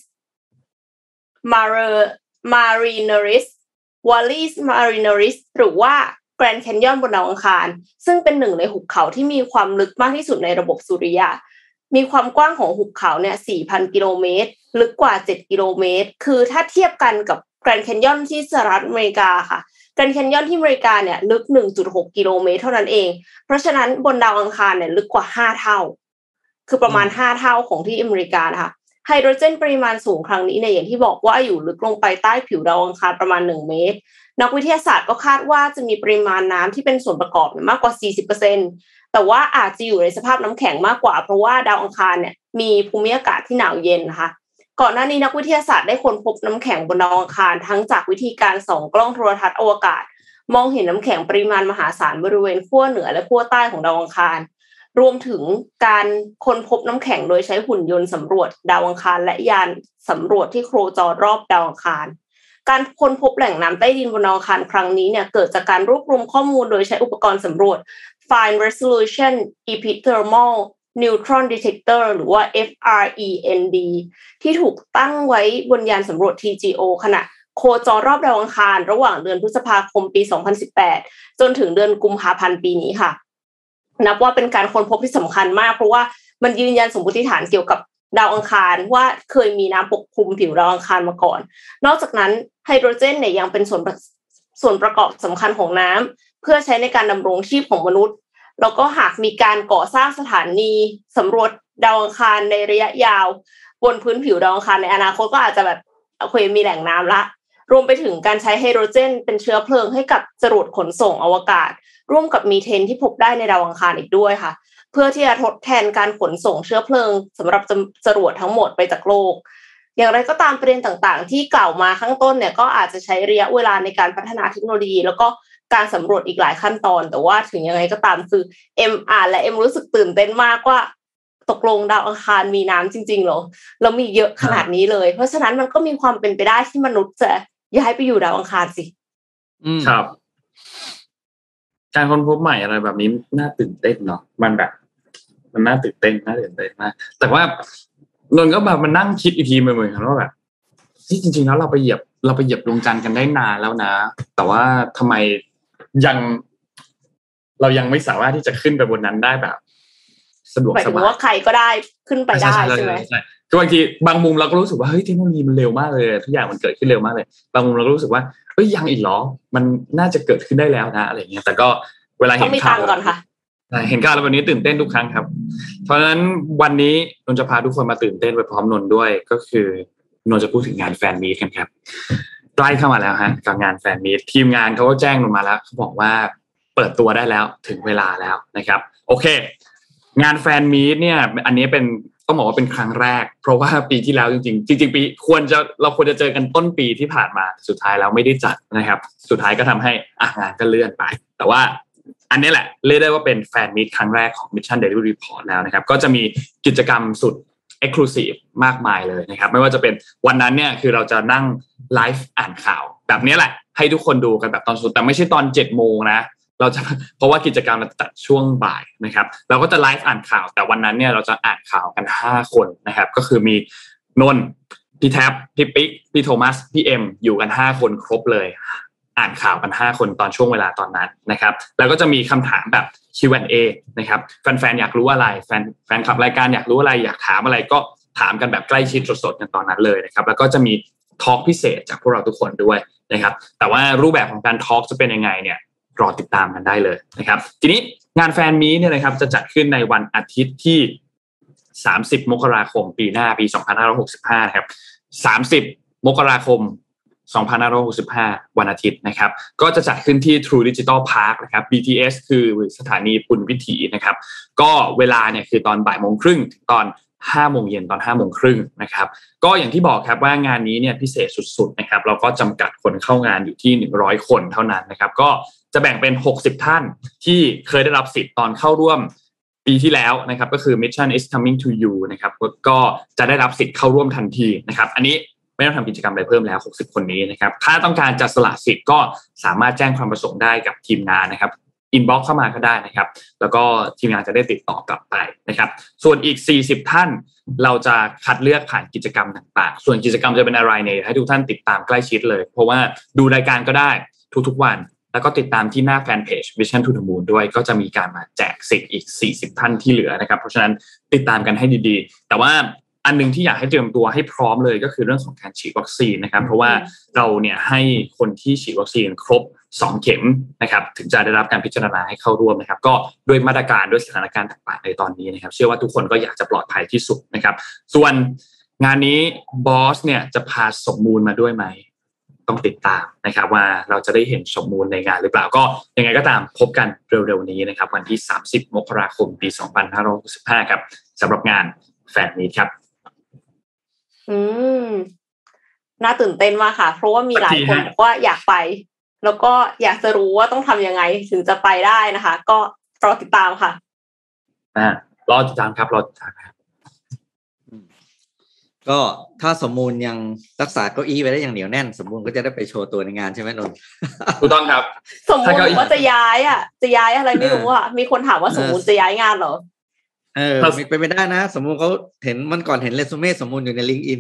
Marineris Valles Marineris หรือว่า Grand Canyon บนดาวอังคารซึ่งเป็นหนึ่งในหุบเขาที่มีความลึกมากที่สุดในระบบสุริยะมีความกว้างของหุบเขาเนี่ย สี่พัน กิโลเมตรลึกกว่า เจ็ด กิโลเมตรคือถ้าเทียบกันกับ Grand Canyon ที่สหรัฐอเมริกาค่ะ Grand Canyon ที่อเมริกาเนี่ยลึก หนึ่งจุดหก กิโลเมตรเท่านั้นเองเพราะฉะนั้นบนดาวอังคารเนี่ยลึกกว่าห้าเท่าคือประมาณห้าเท่าของที่อเมริกานะคะไฮโดรเจนปริมาณสูงครั้งนี้เนี่ยอย่างที่บอกว่าอยู่ลึกลงไปใต้ผิวดาวอังคารประมาณหนึ่งเมตรนักวิทยาศาสตร์ก็คาดว่าจะมีปริมาณน้ำที่เป็นส่วนประกอบมากกว่า สี่สิบเปอร์เซ็นต์ แต่ว่าอาจจะอยู่ในสภาพน้ำแข็งมากกว่าเพราะว่าดาวอังคารเนี่ยมีภูมิอากาศที่หนาวเย็นนะคะก่อนหน้านี้นักวิทยาศาสตร์ได้ค้นพบน้ำแข็งบนดาวอังคารทั้งจากวิธีการส่องกล้องโทรทัศน์อวกาศมองเห็นน้ำแข็งปริมาณมหาศาลบริเวณขั้วเหนือและขั้วใต้ของดาวอังคารรวมถึงการค้นพบน้ำแข็งโดยใช้หุ่นยนต์สำรวจดาวอังคารและยานสำรวจที่โคจรรอบดาวอังคารการค้นพบแหล่งน้ำใต้ดินบนดาวอังคารครั้งนี้เนี่ยเกิดจากการรวบรวมข้อมูลโดยใช้อุปกรณ์สำรวจ Fine Resolution Epithermal Neutron Detector หรือว่า เอฟ อาร์ อี เอ็น ดี ที่ถูกตั้งไว้บนยานสำรวจ ที จี โอ ขณะโคจรรอบดาวอังคารระหว่างเดือนพฤษภาคมปีสองพันสิบแปดจนถึงเดือนกุมภาพันธ์ปีนี้ค่ะนับว่าเป็นการค้นพบที่สำคัญมากเพราะว่ามันยืนยันสมมติฐานเกี่ยวกับดาวอังคารว่าเคยมีน้ำปกคลุมผิวดาวอังคารมาก่อนนอกจากนั้นไฮโดรเจนเนี่ยยังเป็นส่วนส่วนประกอบสำคัญของน้ำเพื่อใช้ในการดำรงชีพของมนุษย์แล้วก็หากมีการก่อสร้างสถานีสำรวจดาวอังคารในระยะยาวบนพื้นผิวดาวอังคารในอนาคตก็อาจจะแบบเคยมีแหล่งน้ำละรวมไปถึงการใช้ไฮโดรเจนเป็นเชื้อเพลิงให้กับจรวดขนส่งอวกาศร่วมกับมีเทนที่พบได้ในดาวอังคารอีกด้วยค่ะเพื่อที่จะทดแทนการขนส่งเชื้อเพลิงสำหรับจรวดทั้งหมดไปจากโลกอย่างไรก็ตามประเด็นต่างๆที่กล่าวมาข้างต้นเนี่ยก็อาจจะใช้ระยะเวลาในการพัฒนาเทคโนโลยีแล้วก็การสำรวจอีกหลายขั้นตอนแต่ว่าถึงยังไงก็ตามคือเอ็มอ่านและเอ็มรู้สึกตื่นเต้นมากว่าตกลงดาวอังคารมีน้ำจริงๆเหรอแล้วมีเยอะขนาดนี้เลยเพราะฉะนั้นมันก็มีความเป็นไปได้ที่มนุษย์จะย้ายไปอยู่ดาวอังคารสิครับการค้นพบใหม่อะไรแบบนี้น่าตื่นเต้นเนาะมันแบบมันน่าตื่นเต้นน่าตื่นเต้นมากแต่ว่านนก็แบบมันนั่งคิดอีกทีเหมือนกันว่าแบบที่จริงๆแล้วเราไปเหยียบเราไปเหยียบดวงจันทร์กันได้นานแล้วนะแต่ว่าทำไมยังเรายังไม่สามารถที่จะขึ้นไปบนนั้นได้แบบสะดวกสบายหมายถึงว่าใครก็ได้ขึ้นไปได้ใช่ไหมคือบางทีบางมุมเราก็รู้สึกว่าเฮ้ยเทคโนโลยีมันเร็วมากเลยทุกอย่างมันเกิดขึ้นเร็วมากเลยบางมุมเราก็รู้สึกว่าเอ้ยยังอีกเหรอมันน่าจะเกิดขึ้นได้แล้วนะอะไรเงี้ยแต่ก็เวลาเห็นข่าวก่อนค่ะเห็นข่าวแล้ววันนี้ตื่นเต้นทุกครั้งครับเพราะฉะนั้นวันนี้นนจะพาทุกคนมาตื่นเต้นไปพร้อมนนด้วยก็คือนนจะพูดถึงงานแฟนมีตกันครับใกล้เข้ามาแล้วฮะกับงานแฟนมีตทีมงานเขาก็แจ้งลงมาแล้วเขาบอกว่าเปิดตัวได้แล้วถึงเวลาแล้วนะครับโอเคงานแฟนมีตเนี่ยอันนี้เป็นต้องบอกว่าเป็นครั้งแรกเพราะว่าปีที่แล้วจริงๆจริงๆปีควรจะเราควรจะเจอกันต้นปีที่ผ่านมาสุดท้ายแล้วไม่ได้จัดนะครับสุดท้ายก็ทำให้อ่ะงานก็เลื่อนไปแต่ว่าอันนี้แหละเรียกได้ว่าเป็นแฟนมีตครั้งแรกของ Mission Daily Report แล้วนะครับก็จะมีกิจกรรมสุด Exclusive มากมายเลยนะครับไม่ว่าจะเป็นวันนั้นเนี่ยคือเราจะนั่งไลฟ์อ่านข่าวแบบนี้แหละให้ทุกคนดูกันแบบตอนสุดแต่ไม่ใช่ตอน เจ็ดโมงนะเราจะเพราะว่ากิจกรรมเราจัดช่วงบ่ายนะครับเราก็จะไลฟ์อ่านข่าวแต่วันนั้นเนี่ยเราจะอ่านข่าวกันห้าคนนะครับก็คือมีนนท์พี่แท็บพี่ปิ๊กพี่โทมัสพี่เอ็มอยู่กันห้าคนครบเลยอ่านข่าวกันห้าคนตอนช่วงเวลาตอนนั้นนะครับแล้วก็จะมีคำถามแบบ คิว แอนด์ เอ นะครับแฟนๆอยากรู้อะไรแฟนแฟนคลับรายการอยากรู้อะไรอยากถามอะไรก็ถามกันแบบใกล้ชิดสดๆกันตอนนั้นเลยนะครับแล้วก็จะมีทอล์กพิเศษจากพวกเราทุกคนด้วยนะครับแต่ว่ารูปแบบของการทอล์กจะเป็นยังไงเนี่ยรอติดตามกันได้เลยนะครับทีนี้งานแฟนมีตเนี่ยนะครับจะจัดขึ้นในวันอาทิตย์ที่สามสิบมกราคมปีหน้าปีสองพันห้าร้อยหกสิบห้าครับสามสิบมกราคมสองพันห้าร้อยหกสิบห้าวันอาทิตย์นะครับก็จะจัดขึ้นที่ True Digital Park นะครับ บี ที เอส คือสถานีปุณณวิถีนะครับก็เวลาเนี่ยคือตอนบ่ายโมงครึ่งถึงตอนห้าโมงเย็นตอนห้าโมงครึ่งนะครับก็อย่างที่บอกครับว่างานนี้เนี่ยพิเศษสุดๆนะครับเราก็จำกัดคนเข้างานอยู่ที่หนึ่งร้อยคนเท่านั้นนะครับก็จะแบ่งเป็นหกสิบท่านที่เคยได้รับสิทธิ์ตอนเข้าร่วมปีที่แล้วนะครับก็คือ Mission is coming to you นะครับก็จะได้รับสิทธิ์เข้าร่วมทันทีนะครับอันนี้ไม่ต้องทำกิจกรรมอะไรเพิ่มแล้วหกสิบคนนี้นะครับถ้าต้องการจะสละสิทธิ์ก็สามารถแจ้งความประสงค์ได้กับทีมงานนะครับอินบ็อกซ์เข้ามาก็ได้นะครับแล้วก็ทีมงานจะได้ติดต่อกลับไปนะครับส่วนอีกสี่สิบท่านเราจะคัดเลือกผ่านกิจกรรมต่างๆส่วนกิจกรรมจะเป็นอะไรเนี่ยให้ทุกท่านติดตามใกล้ชิดเลยเพราะว่าดูรายการก็ได้ทุกๆวันแล้วก็ติดตามที่หน้าแฟนเพจ Vision to the Moon ด้วยก็จะมีการมาแจกสิทธิ์อีกสี่สิบท่านที่เหลือนะครับเพราะฉะนั้นติดตามกันให้ดีๆแต่ว่าอันนึงที่อยากให้เตรียมตัวให้พร้อมเลยก็คือเรื่องของการฉีดวัคซีนนะครับเพราะว่าเราเนี่ยให้คนที่ฉีดวัคซีนครบสองเข็มนะครับถึงจะได้รับการพิจารณาให้เข้าร่วมนะครับก็ด้วยมาตรการด้วยสถานการณ์ต่างๆในตอนนี้นะครับเชื่อว่าทุกคนก็อยากจะปลอดภัยที่สุดนะครับส่วนงานนี้บอสเนี่ยจะพาสมมูลมาด้วยไหมต้องติดตามนะครับว่าเราจะได้เห็นสมมูลในงานหรือเปล่าก็ยังไงก็ตามพบกันเร็วๆนี้นะครับวันที่สามสิบมกราคมปีสองพันห้าร้อยหกสิบห้าครับสำหรับงานแฟนมีตครับอืมน่าตื่นเต้นมากค่ะเพราะว่ามีหลายคนบอกว่าอยากไปแล้วก็อยากจะรู้ว่าต้องทำยังไงถึงจะไปได้นะคะก็รอติดตามค่ะอ่ารอติดตามครับรอติดตามครับก็ถ้าสมมูลยังรักษาเก้าอี้ไว้ได้อย่างเหนียวแน่นสมมูลก็จะได้ไปโชว์ตัวในงานใช่ไหมนนท์ถูกต้องครับสมมูลว่าจะย้ายอ่ะจะย้ายอะไรไม่รู้อ่ะมีคนถามว่าสมมูลจะย้ายงานเหรอเออมีไปไม่ได้นะสมมูลเขาเห็นมันก่อนเห็นเรซูเม่สมมูลอยู่ใน LinkedIn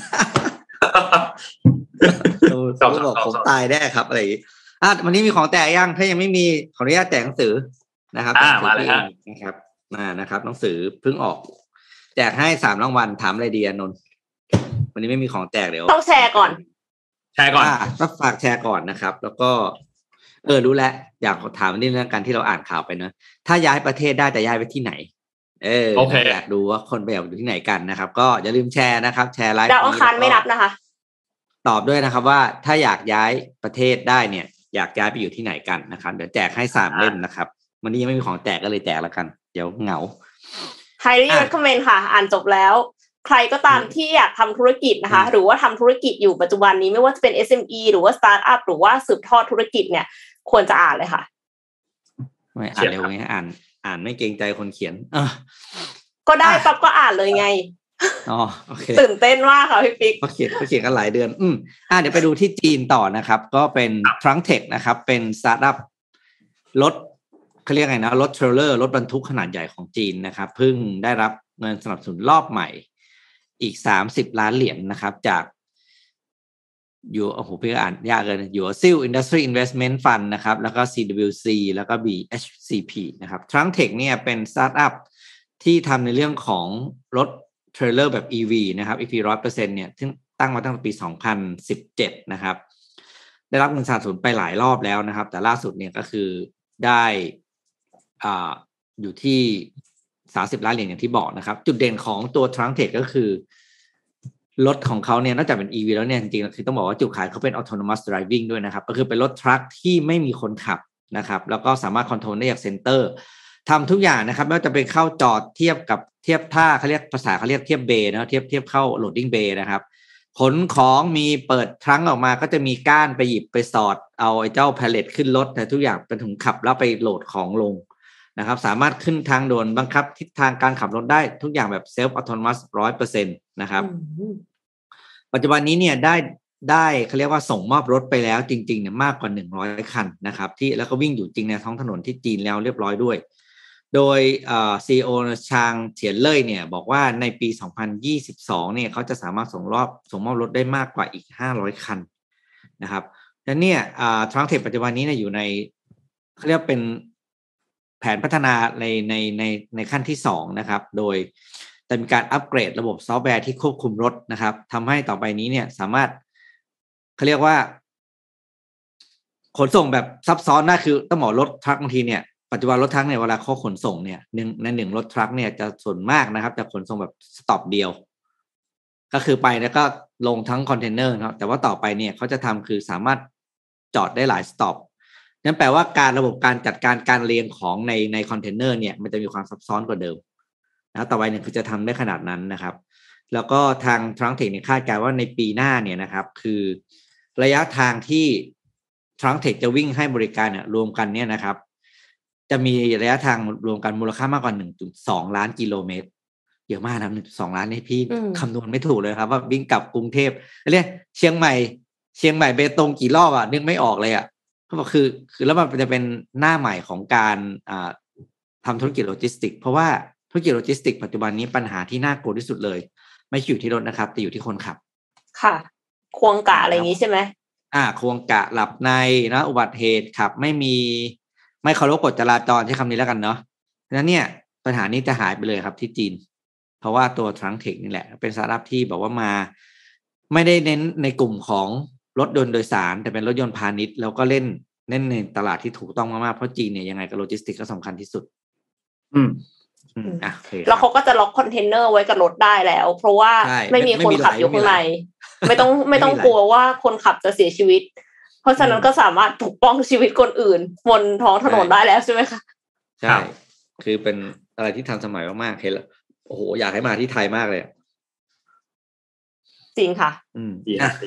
สมมูลบอกผมตายแน่ครับอะไรอย่างงี้อ่ะวันนี้มีของแจกยังถ้ายังไม่มีขออนุญาตแจกหนังสือนะครับอ่ามาเลยครับนะครับมานะครับหนังสือเพิ่งออกแจกให้สามรางวัลถามอะไรดีอ่ะนนท์วันนี้ไม่มีของแจกเดี๋ยวต้องแชร์ก่อนแชร์ก่อนต้องฝากแชร์ก่อนนะครับแล้วก็เออรู้แล้วอยากถามนิดนึงการที่เราอ่านข่าวไปนะถ้าย้ายประเทศได้จะย้ายไปที่ไหนเอออยากดูว่าคนไปอยากอยู่ที่ไหนกันนะครับก็อย่าลืมแชร์นะครับแชร์ไลฟ์ดาวอังคารไม่นับนะคะตอบด้วยนะครับว่าถ้าอยากย้ายประเทศได้เนี่ยอยากย้ายไปอยู่ที่ไหนกันนะครับเดี๋ยวแจกให้สามเล่มนะครับวันนี้ยังไม่มีของแจกก็เลยแจกแล้วกันเดี๋ยวเหงา highly recommend ค่ะอ่านจบแล้วใครก็ตามที่อยากทำธุรกิจนะคะหรือว่าทำธุรกิจอยู่ปัจจุบันนี้ไม่ว่าจะเป็น เอส เอ็ม อี หรือว่า Startup หรือว่าสืบทอดธุรกิจเนี่ยควรจะอ่านเลยค่ะไม่อ่านเร็วไงอ่านอ่านไม่เกรงใจคนเขียนก็ได้ปั๊บก็อ่านเลยไงอ๋อโอเคตื่นเต้นมากค่ะพี่ปิ๊กเขาเขียนเขาเขียนกันหลายเดือนอืมอ่ะเดี๋ยวไปดูที่จีนต่อนะครับก็เป็น Trunktech นะครับเป็นสตาร์ทอัพรถเขาเรียกไงนะรถเทรลเลอร์รถบรรทุกขนาดใหญ่ของจีนนะครับเพิ่งได้รับเงินสนับสนุนรอบใหม่อีกสามสิบล้านเหรียญ นะครับจากอยู่โอ้โหพี่อ่านยากเลยอยู่ Seal Industry Investment Fund นะครับแล้วก็ ซี ดับเบิลยู ซี แล้วก็ บี เอช ซี พี นะครับ Trunktech เนี่ยเป็นสตาร์ทอัพที่ทำในเรื่องของรถเทรลเลอร์แบบ อี วี นะครับ อี วี หนึ่งร้อยเปอร์เซ็นต์ เนี่ยซึ่งตั้งมาตั้งแต่ปีสองพันสิบเจ็ดนะครับได้รับเงินสนับสนุนไปหลายรอบแล้วนะครับแต่ล่าสุดเนี่ยก็คือได้อ่าอยู่ที่สามสิบล้านเหรียญอย่างที่บอกนะครับจุดเด่นของตัว Trunktech ก็คือรถของเขาเนี่ยนอกจากเป็น อี วี แล้วเนี่ยจริงๆคือต้องบอกว่าจุดขายเขาเป็น autonomous driving ด้วยนะครับก็คือเป็นรถทรัคที่ไม่มีคนขับนะครับแล้วก็สามารถคอนโทรลได้จากเซ็นเตอร์ทำทุกอย่างนะครับไม่ว่าจะไปเข้าจอดเทียบกับเทียบท่าเขาเรียกภาษาเขาเรียกเทียบเบย์นะเทียบเทียบเข้า loading bay นะครับขนของมีเปิดทรังก์ออกมาก็จะมีก้านไปหยิบไปสอดเอาไอ้เจ้าแพลเลตขึ้นรถแต่ทุกอย่างเป็นถุงขับแล้วไปโหลดของลงนะครับสามารถขึ้นทางด่วนบังคับทิศทางการขับรถได้ทุกอย่างแบบเซลฟ์ออโตนมัส ร้อยเปอร์เซ็นต์ นะครับปัจจุบันนี้เนี่ยได้ได้เขาเรียกว่าส่งมอบรถไปแล้วจริงๆเนี่ยมากกว่าหนึ่งร้อยคันนะครับที่แล้วก็วิ่งอยู่จริงในท้องถนนที่จีนแล้วเรียบร้อยด้วยโดยเอ่อ ซี อี โอ ชางเฉียนเล่ยเนี่ยบอกว่าในปีสองพันยี่สิบสองเนี่ยเขาจะสามารถส่งรอบส่งมอบรถได้มากกว่าอีกห้าร้อยคันนะครับและเนี่ยอ่า Trunktech ปัจจุบันนี้เนี่ยอยู่ในเขาเรียกเป็นแผนพัฒนาในในในในขั้นที่สองนะครับโดยจะมีการอัปเกรดระบบซอฟต์แวร์ที่ควบคุมรถนะครับทำให้ต่อไปนี้เนี่ยสามารถเขาเรียกว่าขนส่งแบบซับซ้อนได้คือต้องบอกรถทรัคบางทีเนี่ยปัจจุบันรถทรัคเนี่ยเวลาเขาขนส่งเนี่ยหนึ่งในหนึ่งรถทรัคเนี่ยจะส่วนมากนะครับจะขนส่งแบบสต็อปเดียวก็คือไปแล้วก็ลงทั้งคอนเทนเนอร์ครับแต่ว่าต่อไปเนี่ยเขาจะทำคือสามารถจอดได้หลายสต็อปนั่นแปลว่าการระบบการจัดการการเรียงของในในคอนเทนเนอร์เนี่ยมันจะมีความซับซ้อนกว่าเดิมนะต่อไปเนี่ยคือจะทำได้ขนาดนั้นนะครับแล้วก็ทาง Trunktech เนี่ยคาดการณ์ว่าในปีหน้าเนี่ยนะครับคือระยะทางที่ Trunktech จะวิ่งให้บริการเนี่ยรวมกันเนี่ยนะครับจะมีระยะทางรวมกันมูลค่ามากกว่า หนึ่งจุดสอง ล้านกิโลเมตรเยอะมากนะ หนึ่งจุดสอง ล้านนี่พี่คำนวณไม่ถูกเลยครับว่าวิ่งกลับกรุงเทพเรียกเชียงใหม่เชียงใหม่เบตงกี่รอบอ่ะนึกไม่ออกเลยอ่ะเขาบอกคือคือแล้วมันจะเป็นหน้าใหม่ของการอ่าทำธุรกิจโลจิสติกเพราะว่าธุรกิจโลจิสติกปัจจุบันนี้ปัญหาที่น่ากลัวที่สุดเลยไม่อยู่ที่รถนะครับแต่อยู่ที่คนขับค่ะควงกะอะไรอย่างนี้ใช่ไหมอ่าควงกะหลับในนะอุบัติเหตุขับไม่มีไม่เคารพกฎจราจรใช้คำนี้แล้วกันเนาะฉะนั้นเนี่ยปัญหานี้จะหายไปเลยครับที่จีนเพราะว่าตัว Trunktech นี่แหละเป็นสตาร์ทอัพที่บอกว่ามาไม่ได้เน้นในกลุ่มของรถยนต์โดยสารแต่เป็นรถยนต์พาณิชย์แล้วก็เล่นเล่นในตลาดที่ถูกต้องมากๆเพราะจีนเนี่ยยังไงกับโลจิสติกก็สำคัญที่สุดอืมอืมอ่ะแล้วเขาก็จะล็อกคอนเทนเนอร์ไว้กับรถได้แล้วเพราะว่าไม่มีคนขับอยู่ข้างในไม่ต้องไม่ต้องกลัวว่าคนขับจะเสียชีวิตเพราะฉะนั้นก็สามารถปกป้องชีวิตคนอื่นบนท้องถนนได้แล้วใช่ไหมคะใช่คือเป็นอะไรที่ทันสมัยมากๆเห็นแล้วโอ้โหอยากให้มาที่ไทยมากเลยจริงค่ะอืมดีนะ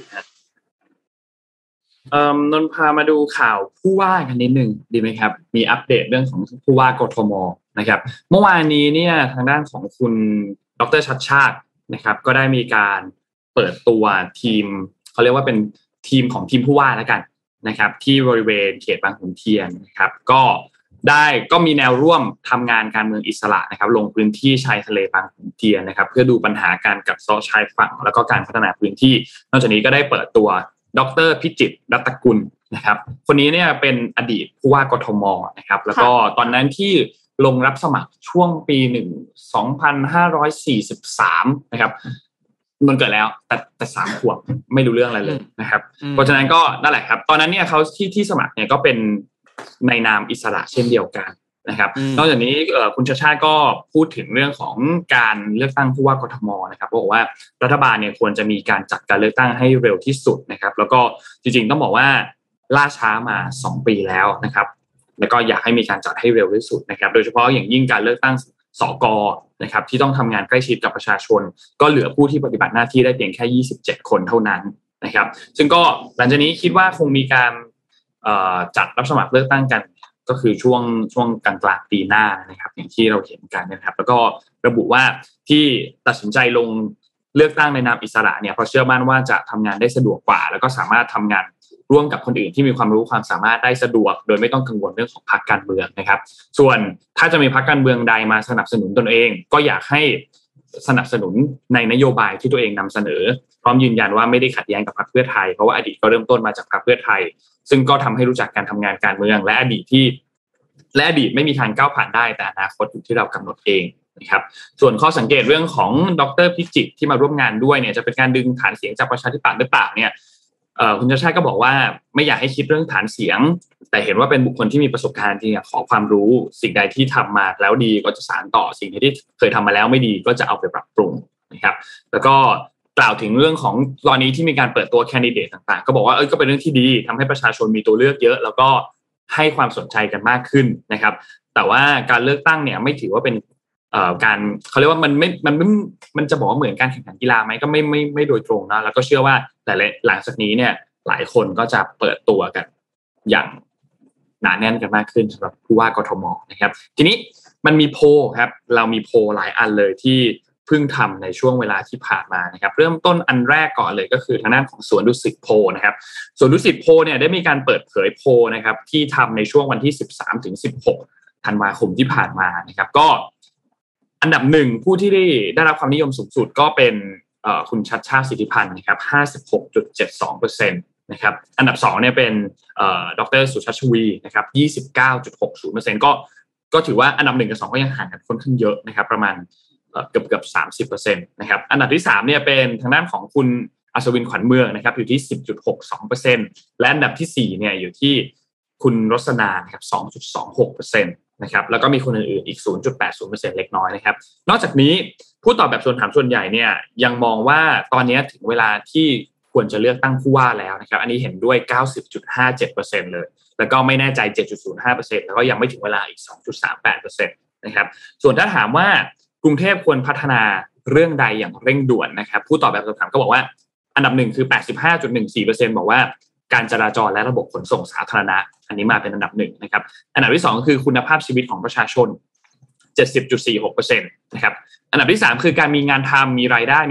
เอ่อนนพามาดูข่าวผู้ว่ากันนิดนึงดีไหมครับมีอัปเดตเรื่องของผู้ว่ากทมนะครับเมื่อวานนี้เนี่ยทางด้านของคุณดร.ชัชชาตินะครับก็ได้มีการเปิดตัวทีมเขาเรียกว่าเป็นทีมของทีมผู้ว่าแล้วกันนะครับที่บริเวณเขตบางขุนเทียนนะครับก็ได้ก็มีแนวร่วมทำงานการเมืองอิสระนะครับลงพื้นที่ชายทะเลบางขุนเทียนนะครับเพื่อดูปัญหาการกัดเซาะชายฝั่งแล้วก็การพัฒนาพื้นที่นอกจากนี้ก็ได้เปิดตัวดร.พิจิตรรัตนกุลนะครับคนนี้เนี่ยเป็นอดีตผู้ว่ากทมนะครับแล้วก็ตอนนั้นที่ลงรับสมัครช่วงปีหนึ่ง สองพันห้าร้อยสี่สิบสามนะครับมันเกิดแล้วแต่แต่สามขวบไม่รู้เรื่องอะไรเลยนะครับเพราะฉะนั้นก็นั่นแหละครับตอนนั้นเนี่ยเขาที่ที่สมัครเนี่ยก็เป็นในนามอิสระเช่นเดียวกันนะครับนอกจากนี้คุณชาชาติก็พูดถึงเรื่องของการเลือกตั้งผู้ว่ากทมนะครับบอกว่ารัฐบาลเนี่ยควรจะมีการจัดการเลือกตั้งให้เร็วที่สุดนะครับแล้วก็จริงๆต้องบอกว่าล่าช้ามาสองปีแล้วนะครับแล้วก็อยากให้มีการจัดให้เร็วที่สุดนะครับโดยเฉพาะอย่างยิ่งการเลือกตั้งสกนะครับที่ต้องทำงานใกล้ชิดกับประชาชนก็เหลือผู้ที่ปฏิบัติหน้าที่ได้เพียงแค่ยี่สิบเจ็ดคนเท่านั้นนะครับซึ่งก็หลังจากนี้คิดว่าคงมีการจัดรับสมัครเลือกตั้งกันก็คือช่วงช่วงกลางกลางปีหน้านะครับอย่างที่เราเห็นกันนะครับแล้วก็ระบุว่าที่ตัดสินใจลงเลือกตั้งในนามอิสระเนี่ยเพราะเชื่อมั่นว่าจะทำงานได้สะดวกกว่าแล้วก็สามารถทำงานร่วมกับคนอื่นที่มีความรู้ความสามารถได้สะดวกโดยไม่ต้องกังวลเรื่องของพรรคการเมืองนะครับส่วนถ้าจะมีพรรคการเมืองใดมาสนับสนุนตนเองก็อยากให้สนับสนุนในนโยบายที่ตัวเองนำเสนอพร้อมยืนยันว่าไม่ได้ขัดแย้งกับพรรคเพื่อไทยเพราะว่าอดีตก็เริ่มต้นมาจากพรรคเพื่อไทยซึ่งก็ทำให้รู้จักการทำงานการเมืองและอดีตที่และอดีตไม่มีทางก้าวผ่านได้แต่อนาคตอยู่ที่เรากำหนดเองนะครับส่วนข้อสังเกตเรื่องของดร.พิจิตรที่มาร่วมงานด้วยเนี่ยจะเป็นการดึงฐานเสียงจากประชาธิปัตย์หรือเปล่าเนี่ยคุณชาชาติก็บอกว่าไม่อยากให้คิดเรื่องฐานเสียงแต่เห็นว่าเป็นบุคคลที่มีประสบการณ์จริงขอความรู้สิ่งใดที่ทำมาแล้วดีก็จะสานต่อสิ่งที่เคยทำมาแล้วไม่ดีก็จะเอาไปปรับปรุงนะครับแล้วก็กล่าวถึงเรื่องของตอนนี้ที่มีการเปิดตัวแคนดิเดตต่างๆก็บอกว่าเออก็เป็นเรื่องที่ดีทำให้ประชาชนมีตัวเลือกเยอะแล้วก็ให้ความสนใจกันมากขึ้นนะครับแต่ว่าการเลือกตั้งเนี่ยไม่ถือว่าเป็นเอ่อการเขาเรียกว่ามันไม่มันไม่มันจะบอกว่าเหมือนการแข่งขันกีฬาไหมก็ไม่ไม่ไม่โดยตรงนะแล้วก็เชื่อว่าแต่หลังจากนี้เนี่ยหลายคนก็จะเปิดตัวกันอย่างหนาแน่นกันมากขึ้นสำหรับผู้ว่ากทมนะครับทีนี้มันมีโพลครับเรามีโพลหลายอันเลยที่เพิ่งทำในช่วงเวลาที่ผ่านมานะครับเริ่มต้นอันแรกก่อนเลยก็คือทางด้านของสวนดุสิตโพลนะครับสวนดุสิตโพลเนี่ยได้มีการเปิดเผยโพลนะครับที่ทำในช่วงวันที่สิบสามถึงสิบหกธันวาคมที่ผ่านมานะครับก็อันดับหนึ่งผู้ที่ได้ได้รับความนิยมสูงสุดก็เป็นคุณชัชชาติสิทธิพันธ์นะครับ ห้าสิบหกจุดเจ็ดสองเปอร์เซ็นต์ นะครับอันดับสองเนี่ยเป็นดร.สุชาติชวีนะครับ ยี่สิบเก้าจุดหกศูนย์เปอร์เซ็นต์ ก็ก็ถือว่าอันดับหนึ่งกับสองก็ยังห่างกันค่อนข้างเยอะนะครับประมาณเกือบเกือบ สามสิบเปอร์เซ็นต์ นะครับอันดับที่สามเนี่ยเป็นทางด้านของคุณอัศวินขวัญเมืองนะครับอยู่ที่ สิบจุดหกสองเปอร์เซ็นต์ และอันดับที่สี่เนี่ยอยู่ที่คุณรสนาครับ สองจุดสองหกเปอร์เซ็นต์ นะครับแล้วก็มีคนอื่นๆอีก ศูนย์จุดแปดศูนย์เปอร์เซ็นต์ เล็กน้อยนะครับนอกจากนี้ผู้ตอบแบบส่วนถามส่วนใหญ่เนี่ยยังมองว่าตอนนี้ถึงเวลาที่ควรจะเลือกตั้งผู้ว่าแล้วนะครับอันนี้เห็นด้วย เก้าสิบจุดห้าเจ็ดเปอร์เซ็นต์ เลยแล้วก็ไม่แน่ใจ เจ็ดจุดศูนย์ห้าเปอร์เซ็นต์ แล้วก็ยังไม่ถึงเวลาอีก สองจุดสามแปดเปอร์เซ็นต์ นะครับส่วนถ้าถามว่ากรุงเทพควรพัฒนาเรื่องใดอย่างเร่งด่วนนะครับผู้ตอบแบบสอบถามก็บอกว่าอันดับหนึ่งคือ แปดสิบห้าจุดหนึ่งสี่เปอร์เซ็นต์ บอกว่าการจราจรและระบบขนส่งสาธารณะอันนี้มาเป็นอันดับหนึ่งนะครับอันดับที่สองคือคุณภาพชีวิตของประชาชน เจ็ดสิบจุดสี่หกเปอร์เซ็นต์ นะครับอันดับที่สามคือการมีงานทำมีรายได้มี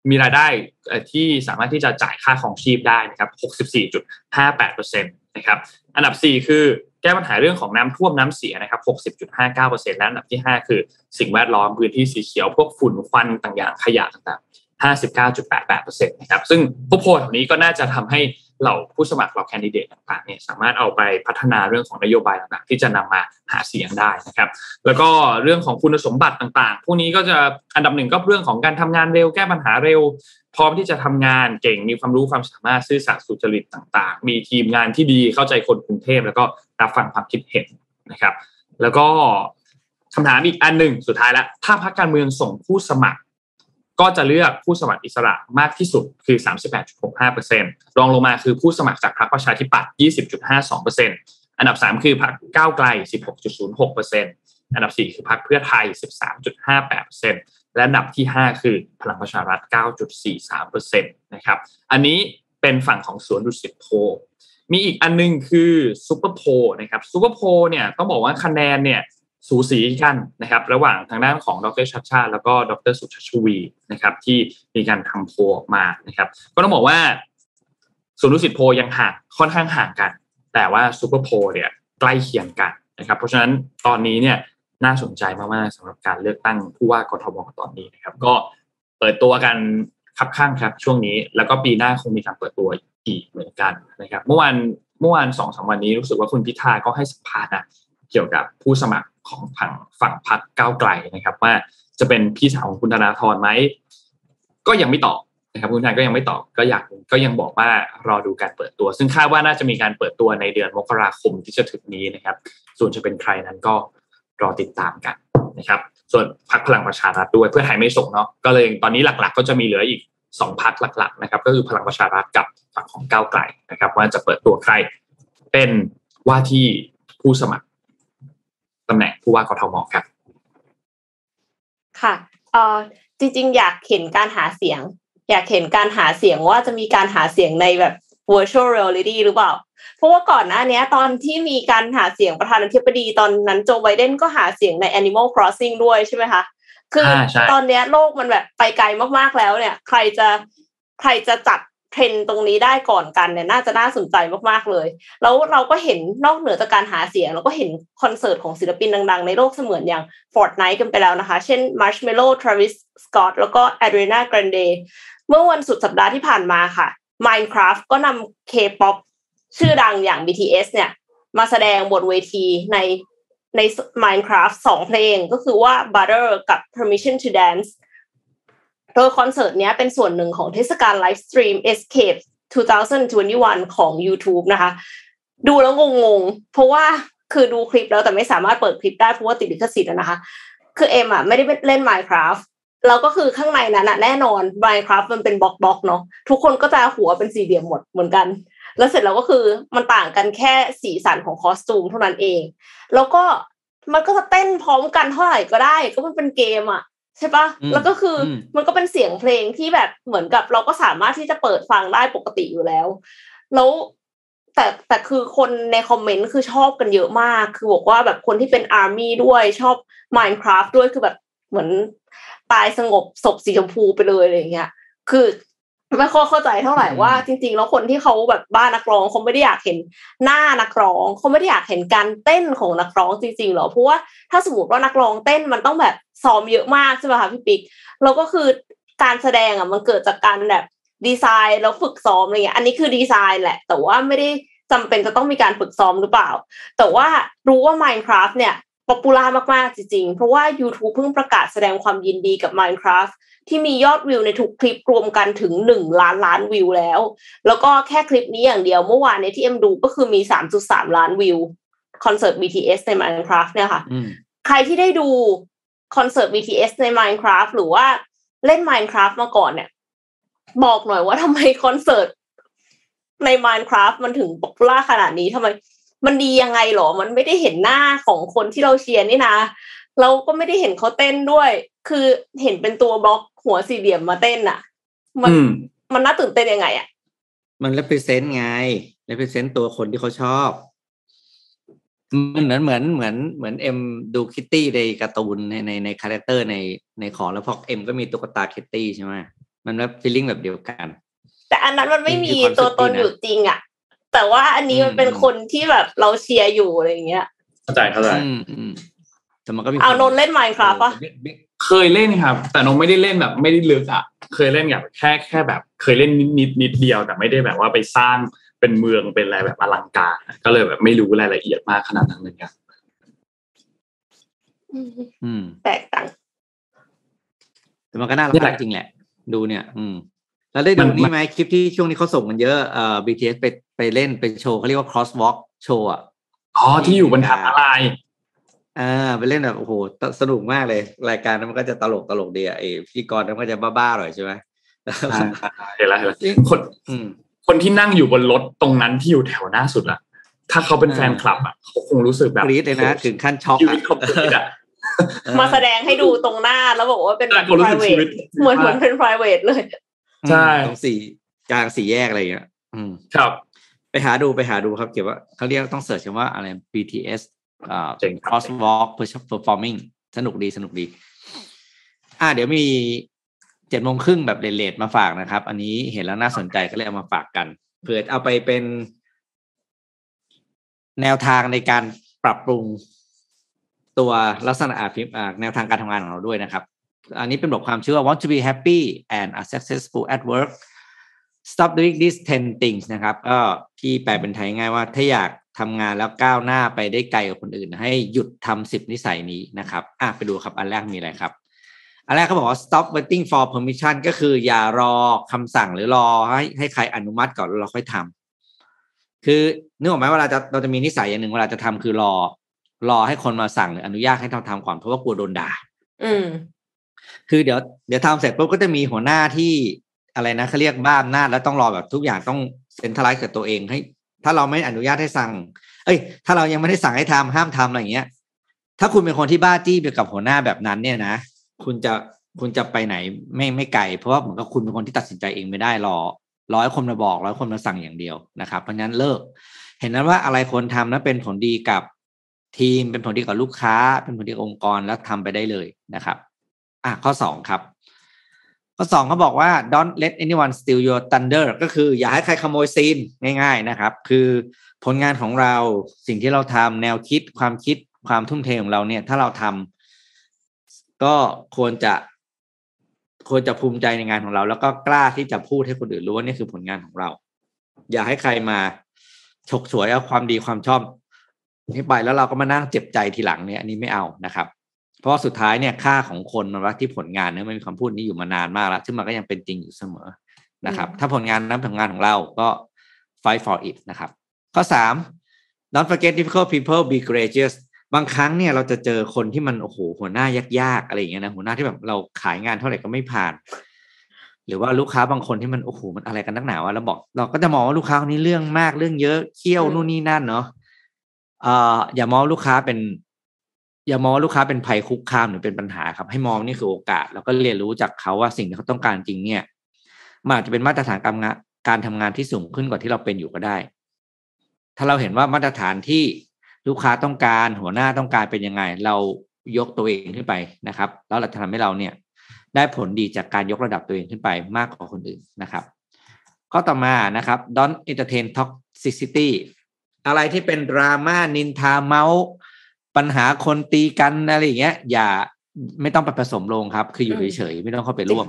มีรายได้ที่สามารถที่จะจ่ายค่าครองชีพได้นะครับ หกสิบสี่จุดห้าแปดเปอร์เซ็นต์ นะครับอันดับสี่คือแก้ปัญหาเรื่องของน้ำท่วมน้ำเสียนะครับ หกสิบจุดห้าเก้าเปอร์เซ็นต์ และอันดับที่ห้าคือสิ่งแวดล้อมพื้นที่สีเขียวพวกฝุ่นควันต่างๆขยะต่างๆ ห้าสิบเก้าจุดแปดแปดเปอร์เซ็นต์ นะครับซึ่งพวกโพลเหล่านี้ก็น่าจะทำให้เหล่าผู้สมัครเหล่าแคนดิเดตต่างๆเนี่ยสามารถเอาไปพัฒนาเรื่องของนโยบายต่างๆที่จะนำมาหาเสียงได้นะครับแล้วก็เรื่องของคุณสมบัติต่างๆพวกนี้ก็จะอันดับหนึ่งก็เรื่องของการทำงานเร็วแก้ปัญหาเร็วพร้อมที่จะทำงานเก่งมีความรู้ความสามารถซื่อสัตย์สุจริตต่างๆมีทีมงานที่ดีเข้าใจคนกรุงเทพแล้วก็รับฟังความคิดเห็นนะครับแล้วก็คำถามอีกอันหนึ่งสุดท้ายแล้วถ้าพรรคการเมืองส่งผู้สมัครก็จะเลือกผู้สมัครอิสระมากที่สุดคือ สามสิบแปดจุดหกห้าเปอร์เซ็นต์ รองลงมาคือผู้สมัครจากพรรคประชาธิปัตย์ ยี่สิบจุดห้าสองเปอร์เซ็นต์ อันดับสามคือพรรคก้าวไกล สิบหกจุดศูนย์หกเปอร์เซ็นต์ อันดับสี่คือพรรคเพื่อไทย สิบสามจุดห้าแปดเปอร์เซ็นต์ และอันดับที่ห้าคือพลังประชารัฐ เก้าจุดสี่สามเปอร์เซ็นต์ นะครับอันนี้เป็นฝั่งของสวนดุสิตโพลมีอีกอันนึงคือซุปเปอร์โพลนะครับซุปเปอร์โพลเนี่ยต้องบอกว่าคะแนนเนี่ยสูสีกันนะครับระหว่างทางด้านของดร.ชัชชาติแล้วก็ดร.สุชาชวีนะครับที่มีการทำโพลออกมานะครับก็ต้องบอกว่าสวนดุสิตโพลยังห่างค่อนข้างห่างกันแต่ว่าซุปเปอร์โพลเนี่ยใกล้เคียงกันนะครับเพราะฉะนั้นตอนนี้เนี่ยน่าสนใจมากๆสำหรับการเลือกตั้งผู้ว่ากทม.ตอนนี้นะครับก็เปิดตัวกันคับข้างครับช่วงนี้แล้วก็ปีหน้าคงมีการเปิดตัวอีกเหมือนกันนะครับเมื่อวานเมื่อวาน สองถึงสาม วันนี้รู้สึกว่าคุณพิธาก็ให้สัมภาษณ์นะเกี่ยวกับผู้สมัครของฝั่งฝั่งพรรคก้าวไกลนะครับว่าจะเป็นพี่สาวของคุณธนาธรไหมก็ยังไม่ตอบนะครับคุณธนาก็ยังไม่ตอบก็อยากก็ยังบอกว่ารอดูการเปิดตัวซึ่งคาดว่าน่าจะมีการเปิดตัวในเดือนมกราคมที่จะถึงนี้นะครับส่วนจะเป็นใครนั้นก็รอติดตามกันนะครับส่วนพรรคพลังประชารัฐด้วยเพื่อไทยไม่ส่งเนาะก็เลยตอนนี้หลักๆก็จะมีเหลืออีกสองพรรคหลักๆนะครับก็คือพลังประชารัฐกับฝั่งของก้าวไกลนะครับว่าจะเปิดตัวใครเป็นว่าที่ผู้สมัครตำแหน่งผู้ว่ากทมครับค่ะเอ่อจริงๆอยากเห็นการหาเสียงอยากเห็นการหาเสียงว่าจะมีการหาเสียงในแบบ virtual reality หรือเปล่าเพราะว่าก่อนหน้านี้ตอนที่มีการหาเสียงประธานาธิบดีตอนนั้นโจไบเดนก็หาเสียงใน Animal Crossing ด้วยใช่ไหมคะคือตอนนี้โลกมันแบบไปไกลมากๆแล้วเนี่ยใครจะใครจะจัดเทรนด์ตรงนี้ได้ก่อนกันเนี่ยน่าจะน่าสนใจมากๆเลยแล้วเราก็เห็นนอกเหนือจากการหาเสียงเราก็เห็นคอนเสิร์ตของศิลปินดังๆในโลกเสมือนอย่าง Fortnite กันไปแล้วนะคะเช่น Marshmello Travis Scott แล้วก็ Ariana Grande เมื่อวันสุดสัปดาห์ที่ผ่านมาค่ะ Minecraft ก็นำ K-pop ชื่อดังอย่าง บี ที เอส เนี่ยมาแสดงบนเวทีในใน Minecraft สองเพลงก็คือว่า Butter กับ Permission to Danceโดยคอนเสิร์ตนี้เป็นส่วนหนึ่งของเทศกาลไลฟ์สตรีม Escape สองพันยี่สิบเอ็ด ของ YouTube นะคะดูแล้วงงๆเพราะว่าคือดูคลิปแล้วแต่ไม่สามารถเปิดคลิปได้เพราะว่าติดลิขสิทธิ์นะคะคือเอ็มอ่ะไม่ได้เล่น Minecraft แล้วก็คือข้างในนั้นอ่ะแน่นอน Minecraft มันเป็นบล็อกๆเนาะทุกคนก็จะหัวเป็นสี่เหลี่ยมหมดเหมือนกันแล้วเสร็จแล้วก็คือมันต่างกันแค่สีสันของคอสตูมเท่านั้นเองแล้วก็มันก็จะเต้นพร้อมกันเท่าไหร่ก็ได้ก็มันเป็นเกมอ่ะใช่ปะแล้วก็คือมันก็เป็นเสียงเพลงที่แบบเหมือนกับเราก็สามารถที่จะเปิดฟังได้ปกติอยู่แล้วแล้วแต่แต่คือคนในคอมเมนต์คือชอบกันเยอะมากคือบอกว่าแบบคนที่เป็นอาร์มี่ด้วยชอบ Minecraft ด้วยคือแบบเหมือนตายสงบศพสีชมพูไปเลยอะไรเงี้ยคือไม่ค่อยเข้าใจเท่าไหร่ว่าจริงๆแล้วคนที่เขาแบบบ้านักร้องเขาไม่ได้อยากเห็นหน้านักร้องเขาไม่ได้อยากเห็นการเต้นของนักร้องจริงๆหรอเพราะว่าถ้าสมมติว่านักร้องเต้นมันต้องแบบซ้อมเยอะมากใช่ป่ะคะพี่ปิ๊กแล้วก็คือการแสดงอ่ะมันเกิดจากการแบบดีไซน์แล้วฝึกซ้อมอะไรเงี้ยอันนี้คือดีไซน์แหละแต่ว่าไม่ได้จำเป็นจะต้องมีการฝึกซ้อมหรือเปล่าแต่ว่ารู้ว่า Minecraft เนี่ยป๊อปปูล่ามากๆจริงๆเพราะว่า YouTube เพิ่งประกาศแสดงความยินดีกับ Minecraftที่มียอดวิวในทุกคลิปรวมกันถึงหนึ่งล้านล้านวิวแล้วแล้วก็แค่คลิปนี้อย่างเดียวเมื่อวานนี้ที่เอ็มดูก็คือมี สามจุดสาม ล้านวิวคอนเสิร์ต บี ที เอส ใน Minecraft เนี่ยค่ะใครที่ได้ดูคอนเสิร์ต บี ที เอส ใน Minecraft หรือว่าเล่น Minecraft มาก่อนเนี่ยบอกหน่อยว่าทำไมคอนเสิร์ตใน Minecraft มันถึงป๊อปปูล่าขนาดนี้ทำไมมันดียังไงหรอมันไม่ได้เห็นหน้าของคนที่เราเชียร์นี่นะเราก็ไม่ได้เห็นเขาเต้นด้วยคือเห็นเป็นตัวบล็อกหัวสี่เหลี่ยมมาเต้นอ่ะมันมันน่าตื่นเต้นยังไงอ่ะมัน represent ไง represent ตัวคนที่เขาชอบมันเหมือนเหมือนเหมือนเหมือนเอ็มดูคิตตี้ในการ์ตูนในในในคาแรคเตอร์ในในของแล้วพอเอ็มก็มีตุ๊กตาคิตตี้ใช่ไหมมันแบบ feeling แบบเดียวกันแต่อันนั้นมันไม่มีตัวตนอยู่จริงอ่ะแต่ว่าอันนี้มันเป็นคนที่แบบเราเชียร์อยู่อะไรอย่างเงี้ยเข้าใจเข้าใจแต่มันก็มีเอานนเล่น Minecraft ป่ะเคยเล่นครับแต่นนไม่ได้เล่นแบบไม่ได้ลึกอ่ะเคยเล่นแบบแค่แค่แบบเคยเล่นนิดนิดนิดเดียวแต่ไม่ได้แบบว่าไปสร้างเป็นเมืองเป็นอะไรแบบอลังการก็เลยแบบไม่รู้รายละเอียดมากขนาดนั้นเหมือนกันอืมแปลกจังแต่มันก็น่ารักจริงแหละดูเนี่ยอืมแล้วได้ดูนี่ไหมคลิปที่ช่วงนี้เขาส่งกันเยอะเอ่อ บี ที เอส ไปไปเล่นไปโชว์เขาเรียกว่า crosswalk โชว์อ่ะอ๋อที่อยู่บนทางม้าลายอ่าไปเล่นแบบโอ้โหสนุกมากเลยรายการนั้นมันก็จะตลกตลกดีอ่ะไอ้พิธีกรนั้นก็จะบ้าๆหน่อยใช่ไหมเห็นแล้วเห็นแล้วคนคนที่นั่งอยู่บนรถตรงนั้นที่อยู่แถวหน้าสุดอะถ้าเขาเป็นแฟนคลับอะเขาคงรู้สึกแบบกรี๊ดเลยนะถึงขั้นช็อกอะมาแสดงให้ดูตรงหน้าแล้วบอกว่าเป็น private เหมือนเหมือนเป็น private เลยใช่ตรงสี่กลางสี่แยกอะไรอย่างเงี้ยอืมครับไปหาดูไปหาดูครับเกี่ยวว่าเขาเรียกต้องเสิร์ชคำว่าอะไร บี ที เอส อ่า crosswalk performing สนุกดีสนุกดีอ่าเดี๋ยวมีเจ็ดโมงครึ่งแบบเลทๆมาฝากนะครับอันนี้เห็นแล้วน่าสนใจก็เลยเอามาฝากกันเพื่อเอาไปเป็นแนวทางในการปรับปรุงตัวลักษณะอาชีพแนวทางการทำงานของเราด้วยนะครับอันนี้เป็นบทความชื่อว่า Want to be happy and are successful at work stop doing these ten things นะครับก็ที่แปลเป็นไทยง่ายว่าถ้าอยากทำงานแล้วก้าวหน้าไปได้ไกลกว่าคนอื่นให้หยุดทำสิบนิสัยนี้นะครับอ่ะไปดูครับอันแรกมีอะไรครับอันแรกเขาบอกว่า stop waiting for permission ก็คืออย่ารอคำสั่งหรือรอให้ให้ใครอนุมัติก่อนแล้วเราค่อยทำคือนึกออกไหมเวลาจะเราจะมีนิสัยอย่างหนึ่งเวลาจะทำคือรอรอให้คนมาสั่งหรืออนุญาตให้เราทำก่อนเพราะว่ากลัวโดนด่าอืมคือเดี๋ยวเดี๋ยวทำเสร็จปุ๊บก็จะมีหัวหน้าที่อะไรนะเขาเรียกบ้าอำนาจแล้วต้องรอแบบทุกอย่างต้องเซ็นทรัลไลซ์กับตัวเองให้ถ้าเราไม่อนุญาตให้สั่งเอ้ยถ้าเรายังไม่ได้สั่งให้ทำห้ามทำอะไรอย่างเงี้ยถ้าคุณเป็นคนที่บ้าจี้ไปกับหัวหน้าแบบนั้นเนี่ยนะคุณจะคุณจะไปไหนไม่ไม่ไกลเพราะว่าเหมือนกับคุณเป็นคนที่ตัดสินใจเองไม่ได้รอร้อยคนมาบอกร้อยคนมาสั่งอย่างเดียวนะครับเพราะฉะนั้นเลิกเห็นนั้นว่าอะไรคนทำนั้นเป็นผลดีกับทีมเป็นผลดีกับลูกค้าเป็นผลดีกับองค์กรแล้วทำไปได้เลยนะครับอ่ะข้อสองครับข้อสองเขาบอกว่า don't let anyone steal your thunder ก็คืออย่าให้ใครขโมยซีนง่ายๆนะครับคือผลงานของเราสิ่งที่เราทำแนวคิดความคิดความทุ่มเทของเราเนี่ยถ้าเราทำก็ควรจะควรจะภูมิใจในงานของเราแล้วก็กล้าที่จะพูดให้คนอื่นรู้ว่านี่คือผลงานของเราอย่าให้ใครมาฉกฉวยเอาความดีความชอบนี้ไปแล้วเราก็มานั่งเจ็บใจทีหลังเนี่ยอันนี้ไม่เอานะครับเพราะสุดท้ายเนี่ยค่าของคนมันวัดที่ผลงานเนี่ยมันมีคำพูดนี้อยู่มานานมากแล้วซึ่งมันก็ยังเป็นจริงอยู่เสมอนะครับถ้าผลงานนั้นผลงานของเราก็ fight for it นะครับข้อสาม don't forget difficult people be courageous บางครั้งเนี่ยเราจะเจอคนที่มันโอ้โหหัวหน้ายากๆอะไรอย่างเงี้ยนะหัวหน้าที่แบบเราขายงานเท่าไหร่ก็ไม่ผ่านหรือว่าลูกค้าบางคนที่มันโอ้โหมันอะไรกันนักหนาวะเราบอกเราก็จะมองว่าลูกค้าคนนี้เรื่องมากเรื่องเยอะเคี่ยวนู่นนี่นั่นเนาะเอ่ออย่ามองลูกค้าเป็นอย่ามองลูกค้าเป็นภัยคุกคามหรือเป็นปัญหาครับให้มองนี่คือโอกาสแล้วก็เรียนรู้จากเขาว่าสิ่งที่เขาต้องการจริงเนี่ยมันอาจจะเป็นมาตรฐานการงานการทำงานที่สูงขึ้นกว่าที่เราเป็นอยู่ก็ได้ถ้าเราเห็นว่ามาตรฐานที่ลูกค้าต้องการหัวหน้าต้องการเป็นยังไงเรายกตัวเองขึ้นไปนะครับแล้วเราจะทำให้เราเนี่ยได้ผลดีจากการยกระดับตัวเองขึ้นไปมากกว่าคนอื่นนะครับข้อต่อมานะครับ don't entertain toxicity อะไรที่เป็นดราม่านินทาเมาส์ปัญหาคนตีกันอะไรอย่างเงี้ยอย่าไม่ต้องไปผสมลงครับคืออยู่เฉยๆไม่ต้องเข้าไปร่วม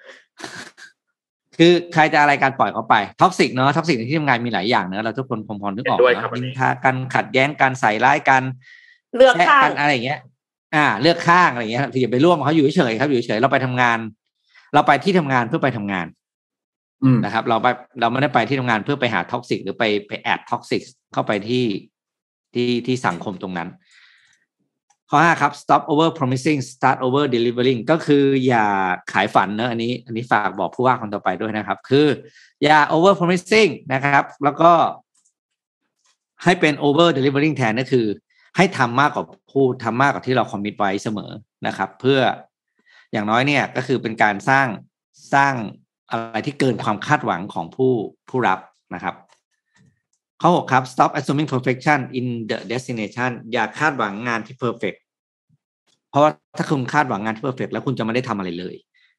คือใครจะอะไรการปล่อยเขาไปท็อกซิกเนอะท็อกซิกในที่ทำงานมีหลายอย่างเนอะเราทุกคนพอๆนึกออกนะนินทากันขัดแย้งกันใส่ร้ายกันเลือกข้างอะไรอย่างเงี้ยอ่าเลือกข้างอะไรอย่างเงี้ยคืออย่าไปร่วมเขาอยู่เฉยๆครับอยู่เฉยๆเราไปทำงานเราไปที่ทำงานเพื่อไปทำงานนะครับเราไปเราไม่ได้ไปที่ทำงานเพื่อไปหาท็อกซิกหรือไปไปแอบท็อกซิกเข้าไปที่ที่ที่สังคมตรงนั้นข้อห้าครับ stop over promising start over delivering ก็คืออย่าขายฝันเนอะอันนี้อันนี้ฝากบอกผู้ว่าคนต่อไปด้วยนะครับคืออย่า over promising นะครับแล้วก็ให้เป็น over delivering แทนก็คือให้ทำมากกว่าพูดทำมากกว่าที่เราคอมมิตไว้เสมอนะครับเพื่ออย่างน้อยเนี่ยก็คือเป็นการสร้างสร้างอะไรที่เกินความคาดหวังของผู้ผู้รับนะครับข้อหกครับ stop assuming perfection in the destination อย่าคาดหวังงานที่ perfect เพราะว่าถ้าคุณคาดหวังงานที่ perfect แล้วคุณจะไม่ได้ทำอะไรเลย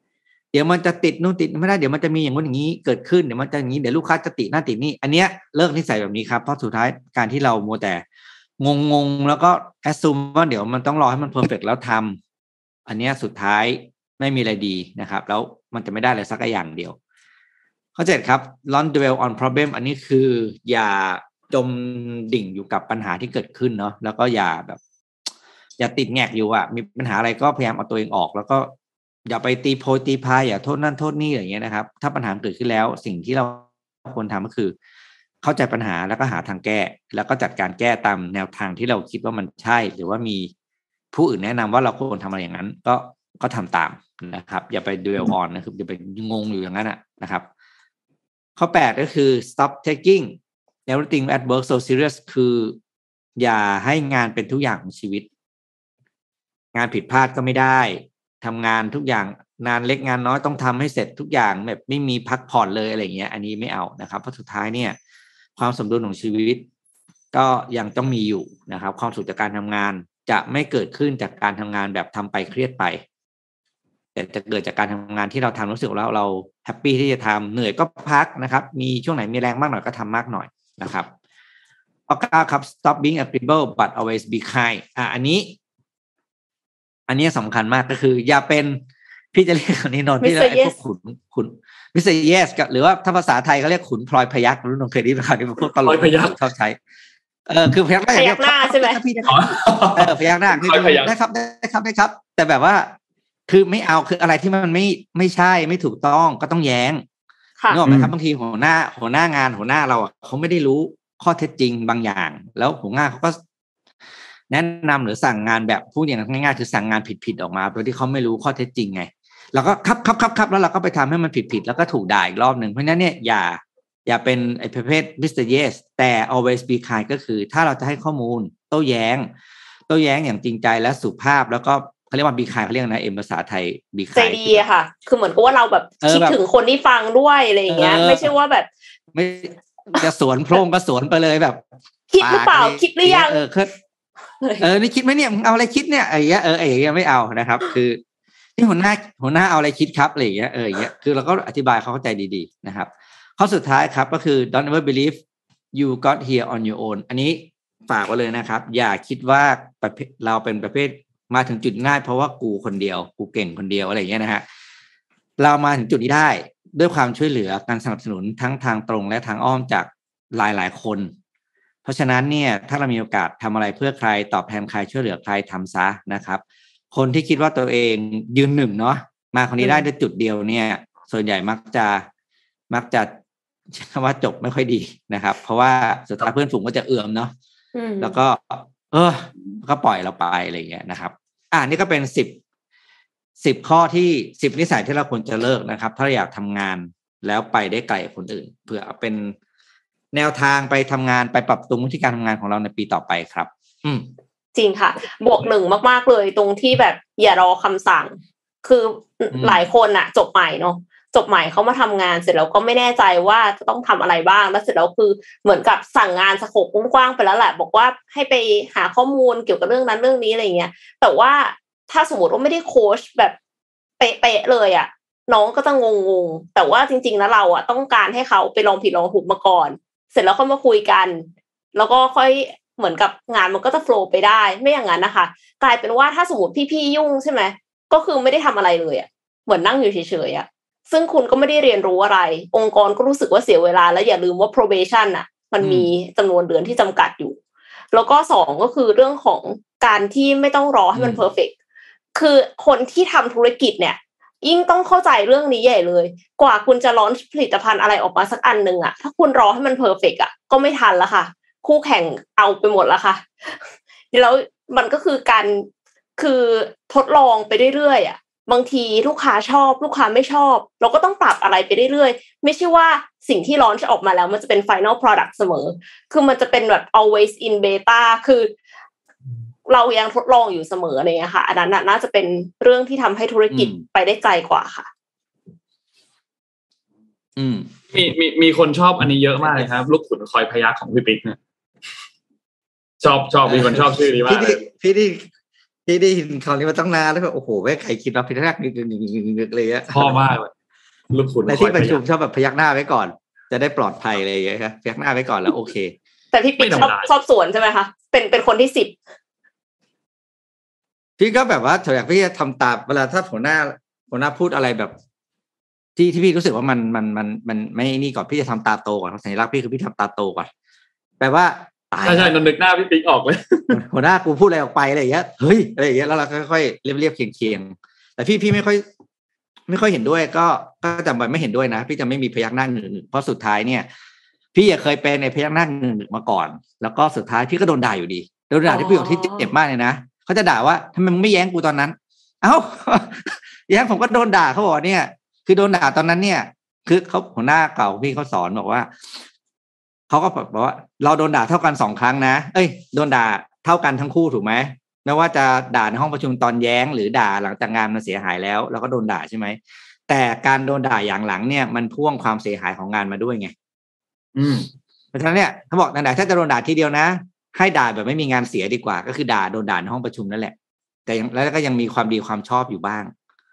เดี๋ยวมันจะติดนู่นติดไม่ได้เดี๋ยวมันจะมีอย่างนู้นอย่างนี้เกิดขึ้นเดี๋ยวมันจะอย่างนี้เดี๋ยวลูกค้าจะติดนั่นติดนี่อันเนี้ยเลิกนิสัยแบบนี้ครับเพราะสุดท้ายการที่เรามัวแต่งงๆแล้วก็แอสซูมว่าเดี๋ยวมันต้องรอให้มันเพอร์เฟกต์แล้วทำอันเนี้ยสุดท้ายไม่มีอะไรดีนะครับแล้วมันจะไม่ได้อะไรสักอย่างเดียวข้อเจ็ดครับ don't dwell on problem อันนี้คืออย่าจมดิ่งอยู่กับปัญหาที่เกิดขึ้นเนาะแล้วก็อย่าแบบอย่าติดแงกอยู่อ่ะมีปัญหาอะไรก็พยายามเอาตัวเองออกแล้วก็อย่าไปตีโพยตีพายอย่าโทษนั่นโทษนี่อย่างเงี้ยนะครับถ้าปัญหาเกิดขึ้นแล้วสิ่งที่เราควรทำก็คือเข้าใจปัญหาแล้วก็หาทางแก้แล้วก็จัดการแก้ตามแนวทางที่เราคิดว่ามันใช่หรือว่ามีผู้อื่นแนะนำว่าเราควรทำอะไรอย่างนั้นก็ก็ทำตามนะครับอย่าไปดูเอลออนนะครับอย่าไปงงอยู่อย่างนั้นนะครับข้อแปดก็คือ stop taking everything at work so serious คืออย่าให้งานเป็นทุกอย่างของชีวิตงานผิดพลาดก็ไม่ได้ทำงานทุกอย่างงานเล็กงานน้อยต้องทำให้เสร็จทุกอย่างแบบไม่มีพักผ่อนเลยอะไรเงี้ยอันนี้ไม่เอานะครับเพราะสุดท้ายเนี่ยความสมดุลของชีวิตก็ยังต้องมีอยู่นะครับความสุขจากการทำงานจะไม่เกิดขึ้นจากการทำงานแบบทำไปเครียดไปแต่จะเกิดจากการทำงานที่เราทำรู้สึกแล้วเราแฮปปี้ที่จะทำเหนื่อยก็พักนะครับมีช่วงไหนมีแรงมากหน่อยก็ทำมากหน่อยนะครับข้อเก้าครับ stop being agreeable but always be kind อ่ะอันนี้อันนี้สำคัญมากก็คืออย่าเป็นพี่จะเรียกคนนี้นนพี่เรียกไอ้พวกขุนขุนมิสเตอร์เยสกับหรือว่าถ้าภาษาไทยเขาเรียกขุนพลอยพยัคฆ์รู้นนเคยได้ยินข่าวนี้เป็นพวกตลกชอบใช้เออคือพยักหน้าพยักหน้าใช่ไหมเออพยักหน้าคือได้ครับได้ครับได้ครับแต่แบบว่าคือไม่เอาคืออะไรที่มันไม่ไม่ใช่ไม่ถูกต้องก็ต้องแย้งนึกออกไหมครับบางทีหัวหน้าหัวหน้างานหัวหน้าเราเขาไม่ได้รู้ข้อเท็จจริงบางอย่างแล้วหัวหน้าเขาก็แนะนำหรือสั่งงานแบบพูดอย่างง่ายๆคือสั่งงานผิดๆออกมาโดยที่เขาไม่รู้ข้อเท็จจริงไงเราก็ครับครับครับครับแล้วเราก็ไปทำให้มันผิดๆแล้วก็ถูกด่าอีกรอบหนึ่งเพราะฉะนั้นเนี่ยอย่าอย่าเป็นไอ้ประเภท มิสเตอร์ Yes แต่ always be kind ก็คือถ้าเราจะให้ข้อมูลโต้แย้งโต้แย้งอย่างจริงใจและสุภาพแล้วก็เขาเรียกว่า be kind เขาเรียกนะเอ็มภาษาไทย be kind ใจดีอะค่ะคือเหมือนกับว่าเราแบบคิดถึงคนที่ฟังด้วยอะไรอย่างเงี้ยไม่ใช่ว่าแบบไม่จะสวนโพร่งก็สวนไปเลยแบบคิดหรือเปล่าคิดหรือยังเออเออนี่คิดไหมเนี่ยเอาอะไรคิดเนี่ยไอ้เงี้ยเออไอ้เงี้ยไม่เอานะครับคือที่หัวหน้าหัวหน้าเอาอะไรคิดครับอะไรอย่างเงี้ยเอออย่างเงี้ยคือเราก็อธิบายเขาเข้าใจดีๆนะครับข้อสุดท้ายครับก็คือ don't ever believe you got here on your own อันนี้ฝากไว้เลยนะครับอย่าคิดว่าเราเป็นประเภทมาถึงจุดง่ายเพราะว่ากูคนเดียวกูเก่งคนเดียวอะไรอย่างเงี้ยนะฮะเรามาถึงจุดนี้ได้ด้วยความช่วยเหลือการสนับสนุนทั้งทางตรงและทางอ้อมจากหลายๆคนเพราะฉะนั้นเนี่ยถ้าเรามีโอกาสทำอะไรเพื่อใครตอบแทนใครช่วยเหลือใครทำซะนะครับคนที่คิดว่าตัวเองยืนหนึ่งเนาะมาคนนี้ได้ด้วยจุดเดียวเนี่ยส่วนใหญ่มักจะมักจะว่าจบไม่ค่อยดีนะครับเพราะว่าสุดท้ายเพื่อนฝูงก็จะเอื่อมเนาะแล้วก็เออก็ปล่อยเราไปอะไรอย่างเงี้ยนะครับอ่านี่ก็เป็นสิบสิบข้อที่สิบนิสัยที่เราควรจะเลิกนะครับถ้าอยากทำงานแล้วไปได้ไกลคนอื่นเพื่อเป็นแนวทางไปทำงานไปปรับปรุงวิธีการทำงานของเราในปีต่อไปครับอืมจริงค่ะบวกหนึ่งมากๆเลยตรงที่แบบอย่ารอคำสั่งคือหลายคนอะจบใหม่เนาะจบใหม่เขามาทำงานเสร็จแล้วก็ไม่แน่ใจว่าจะต้องทำอะไรบ้างแล้วเสร็จแล้วคือเหมือนกับสั่งงานสโคปกว้างๆไปแล้วแหละบอกว่าให้ไปหาข้อมูลเกี่ยวกับเรื่องนั้นเรื่องนี้อะไรเงี้ยแต่ว่าถ้าสมมติว่าไม่ได้โค้ชแบบเป๊ะๆเลยอะน้องก็จะงงๆแต่ว่าจริงๆแล้วเราอะต้องการให้เขาไปลองผิดลองถูกมาก่อนเสร็จแล้วค่อยมาคุยกันแล้วก็ค่อยเหมือนกับงานมันก็จะโฟลว์ไปได้ไม่อย่างนั้นนะคะกลายเป็นว่าถ้าสมมติพี่ๆยุ่งใช่ไหมก็คือไม่ได้ทำอะไรเลยอะเหมือนนั่งอยู่เฉยๆอะซึ่งคุณก็ไม่ได้เรียนรู้อะไรองค์กรก็รู้สึกว่าเสียเวลาแล้วอย่าลืมว่า probation อะมันมีจำนวนเดือนที่จำกัดอยู่แล้วก็สองก็คือเรื่องของการที่ไม่ต้องรอให้มัน perfect คือคนที่ทำธุรกิจเนี่ยยิ่งต้องเข้าใจเรื่องนี้ใหญ่เลยกว่าคุณจะลอนช์ผลิตภัณฑ์อะไรออกมาสักอันนึงอะถ้าคุณรอให้มัน perfect อะก็ไม่ทันแล้วค่ะคู่แข่งเอาไปหมดแล้วค่ะแล้วมันก็คือการคือทดลองไปเรื่อยๆอ่ะบางทีลูกค้าชอบลูกค้าไม่ชอบเราก็ต้องปรับอะไรไปเรื่อยๆไม่ใช่ว่าสิ่งที่ลอนช์ออกมาแล้วมันจะเป็น final product เสมอคือมันจะเป็นแบบ always in beta คือเรายังทดลองอยู่เสมออะไรอย่างเงี้ยค่ะอันนั้นน่าจะเป็นเรื่องที่ทำให้ธุรกิจไปได้ไกลกว่าค่ะอืมมีมีมีคนชอบอันนี้เยอะมากเลยครับลูกขุนคอยพยัคฆ์ของพี่ปิ๊กเนี่ยชอบชอบมีคนชอบชื่อนี้มากพี่พี่ที่ได้ยินคำนี้มาตั้งนานแล้วแบบโอ้โหแม่ใครคิดว่าพยักหน้านึกๆๆๆเลยอ่ะพ่อมากเลยลูกคุณในที่ประชุมชอบแบบพยักหน้าไว้ก่อนจะได้ปลอดภัยอะไรอย่างเงี้ยครับพยักหน้าไว้ก่อนแล้วโอเคแต่พี่ปิ๊กชอบชอบสวนใช่ไหมคะเป็นเป็นคนที่สิบพี่ก็แบบว่าอยากพี่จะทำตามเวลาถ้าหัวหน้าหัวหน้าพูดอะไรแบบที่ที่พี่รู้สึกว่ามันมันมันมันไม่นี่ก่อนพี่จะทำตาโตก่อนสัญลักษณ์พี่คือพี่ทำตาโตก่อนแปลว่าตายใช่ใช่นนนึกหน้าพี่ปิ๊กออกเลยหัวหน้ากูพูดอะไรออกไปอะไรอย่างเงี้ยเฮ้ยอะไรอย่างเงี้ยแล้วเราค่อยๆเรียบๆเคียงๆแต่พี่พี่ไม่ค่อยไม่ค่อยเห็นด้วยก็ก็จำไว้ไม่เห็นด้วยนะพี่จะไม่มีพยักหน้าหนึ่งเพราะสุดท้ายเนี่ยพี่เคยเป็นในพยักหน้าหนึ่งมาก่อนแล้วก็สุดท้ายพี่ก็โดนด่าอยู่ดีโดนด่าที่ประโยคที่เจ็บมากเลยนะเขาจะด่าว่าทำไมมึงไม่แย้งกูตอนนั้นเอ้าแย้งผมก็โดนด่าเขาบอกเนี่ยคือโดนด่าตอนนั้นเนี่ยคือเขาหัวหน้าเก่าพี่เขาสอนบอกว่าเขาก็บอกว่าเราโดนด่าเท่ากันสองครั้งนะเอ้ยโดนด่าเท่ากันทั้งคู่ถูกไหมไม่ว่าจะด่าในห้องประชุมตอนแย้งหรือด่าหลังจากงานมันเสียหายแล้วเราก็โดนด่าใช่ไหมแต่การโดนด่าอย่างหลังเนี่ยมันพ่วงความเสียหายของงานมาด้วยไงอืมเพราะฉะนั้นเนี่ยเขาบอกนั่นแหละถ้าจะโดนด่าทีเดียวนะให้ด่าแบบไม่มีงานเสียดีกว่าก็คือด่าโดนด่าในห้องประชุมนั่นแหละแต่ยังแล้วก็ยังมีความดีความชอบอยู่บ้าง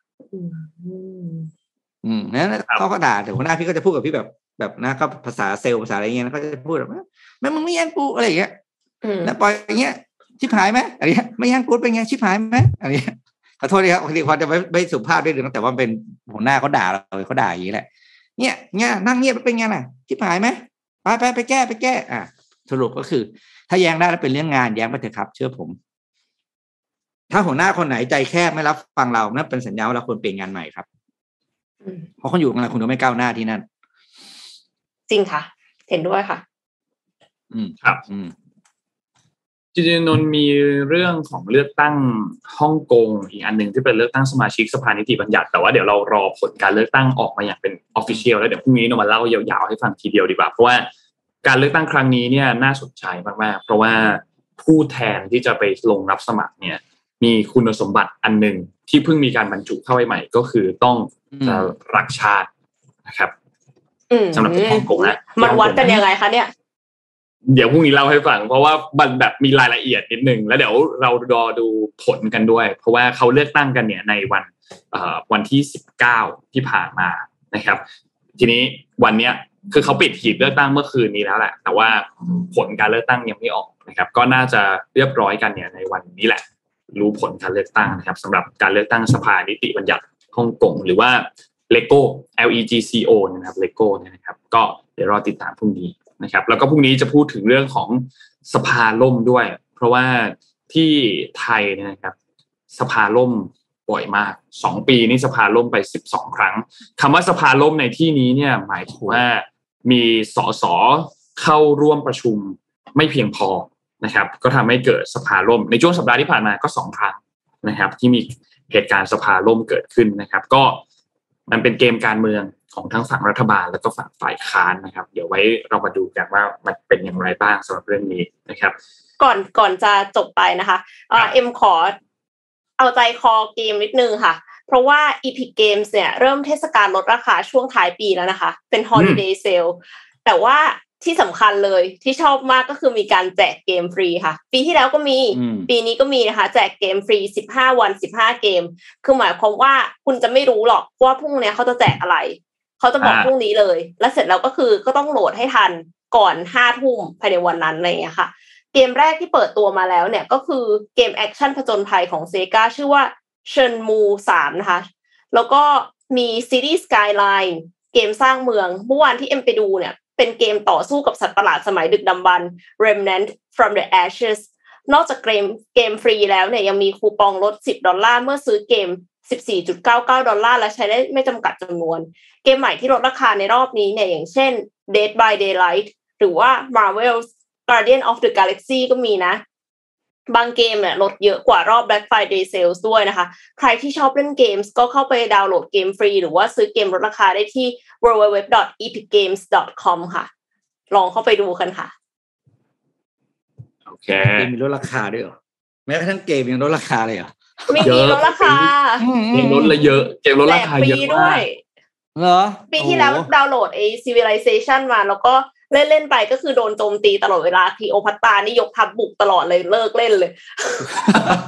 อืมนั้นเขาก็ด่าแต่หัวหน้าพี่ก็จะพูดกับพี่แบบแบบนะก็ภาษาเซลล์ภาษาอะไรเงี้ยก็จะพูดแบบแม่มึงไม่แย่งกูอะไรอย่างเงี้ยแล้วปล่อยอย่างเงี้ยชิบหายไหมอะไรเงี้ยไม่แย่งกูเป็นไงชิบหายไหมอะไรเงี้ยขอโทษดีครับบางทีพอจะไม่ไม่สุภาพด้วยแต่ว่าเป็นหัวหน้าเขาด่าเราเขาด่าอย่างนี้แหละเนี่ยเงี้ยนั่งเงียบเป็นไงน่ะชิบหายไหมไปไปไปแก้ไปแก้อ่ะสรุปก็คือถ้าแย้งได้แล้วเป็นเรื่องงานแย้งไปเถอะครับเชื่อผมถ้าหัวหน้าคนไหนใจแคบไม่รับฟังเรานั่นเป็นสัญญาณว่าเราควรเปลี่ยนงานใหม่ครับเพราะเขาอยู่งานคุณก็ไม่ก้าวหน้าที่นั่นจริงค่ะเห็นด้วยค่ะอืมครับอืมจริงๆนนมีเรื่องของเลือกตั้งฮ่องกงอีกอันนึงที่เป็นเลือกตั้งสมาชิกสภานิติบัญญัติแต่ว่าเดี๋ยวเรารอผลการเลือกตั้งออกมาอย่างเป็น official แล้วเดี๋ยวพรุ่งนี้นนมาเล่ายาวๆให้ฟังทีเดียวดีกว่าเพราะว่าการเลือกตั้งครั้งนี้เนี่ยน่าสนใจมากๆเพราะว่าผู้แทนที่จะไปลงรับสมัครเนี่ยมีคุณสมบัติอันนึงที่เพิ่งมีการบรรจุเข้าไปใหม่ก็คือต้องรักชาตินะครับสำหรับฮ่องกงนะมันวัดกันยังไงคะเนี่ยเดี๋ยวพรุ่งนี้เล่าให้ฟังเพราะว่ามันแบบมีรายละเอียดนิดนึงแล้วเดี๋ยวเรารอดูผลกันด้วยเพราะว่าเขาเลือกตั้งกันเนี่ยในวันเอ่อวันที่สิบเก้าที่ผ่านมานะครับทีนี้วันเนี้ยคือเขาปิดหีบเลือกตั้งเมื่อคืนนี้แล้วแหละแต่ว่าผลการเลือกตั้งยังไม่ออกนะครับก็น่าจะเรียบร้อยกันเนี่ยในวันนี้แหละรู้ผลการเลือกตั้งนะครับสำหรับการเลือกตั้งสภานิติบัญญัติฮ่องกงหรือว่า เลโก้ แอล อี จี ซี โอ นะครับ Lego เนี่ยนะครับก็เดี๋ยวรอติดตามพรุ่งนี้นะครับแล้วก็พรุ่งนี้จะพูดถึงเรื่องของสภาล่มด้วยเพราะว่าที่ไทยเนี่ยนะครับสภาล่มบ่อยมากสองปีนี่สภาล่มไปสิบสองครั้งคำว่าสภาล่มในที่นี้เนี่ยหมายถึงว่ามีสสเข้าร่วมประชุมไม่เพียงพอนะครับก็ทำให้เกิดสภาล่มในช่วงสัปดาห์ที่ผ่านมาก็สองครั้งนะครับที่มีเหตุการณ์สภาล่มเกิดขึ้นนะครับก็มันเป็นเกมการเมืองของทั้งฝั่งรัฐบาลแล้วก็ฝั่งฝ่ายค้านนะครับเดี๋ยวไว้เรามาดูกันว่ามันเป็นอย่างไรบ้างสำหรับเรื่องนี้นะครับก่อนก่อนจะจบไปนะคะเอ่อเอ็มขอเอาใจคอเกมนิดนึงค่ะเพราะว่า Epic Games เนี่ยเริ่มเทศกาลลดราคาช่วงท้ายปีแล้วนะคะเป็น Holiday Sale แต่ว่าที่สำคัญเลยที่ชอบมากก็คือมีการแจกเกมฟรีค่ะปีที่แล้วก็มีปีนี้ก็มีนะคะแจกเกมฟรีสิบห้าวันสิบห้าเกมคือหมายความว่าคุณจะไม่รู้หรอกว่าพรุ่งนี้เขาจะแจกอะไรเขาจะบอกพรุ่งนี้เลยแล้วเสร็จแล้วก็คือก็ต้องโหลดให้ทันก่อนห้าทุ่มภายในวันนั้นอะไรอย่างเงี้ยค่ะเกมแรกที่เปิดตัวมาแล้วเนี่ยก็คือเกมแอคชั่นผจญภัยของ Sega ชื่อว่า Shenmue สามนะคะแล้วก็มี City Skyline เกมสร้างเมืองเมื่อวานที่เอ็มไปดูเนี่ยเป็นเกมต่อสู้กับสัตว์ประหลาดสมัยดึกดำบรรพ์ Remnant from the Ashes นอกจากเกมเกมฟรีแล้วเนี่ยยังมีคูปองลดสิบดอลลาร์เมื่อซื้อเกม สิบสี่จุดเก้าเก้า ดอลลาร์และใช้ได้ไม่จำกัดจำนวนเกมใหม่ที่ลดราคาในรอบนี้เนี่ยอย่างเช่น Dead by Daylight หรือว่า Marvel's Guardian of the Galaxy ก็มีนะบางเกมเนี่ยลดเยอะกว่ารอบ Black Friday Sales ด้วยนะคะใครที่ชอบเล่นเกมก็เข้าไปดาวน์โหลดเกมฟรีหรือว่าซื้อเกมลดราคาได้ที่ ดับเบิลยู ดับเบิลยู ดับเบิลยู ดอท อีพิกเกมส์ ดอท คอม ค่ะลองเข้าไปดูกันค่ะโอเคเกมมีลดราคาด้วยเหรอแม้กระทั่งเกมยังลดราคาเลยเหรอไม่มีลดราคาเกมลดละเยอะเกมลดราคาเยอะมากเหรอปีที่แล้วดาวน์โหลดไอ้ Civilization มาแล้วก็เล่นๆไปก็คือโดนโจมตีตลอดเวลาทีโอพัตตานี่ยกทัพบุกตลอดเลยเลิกเล่นเลย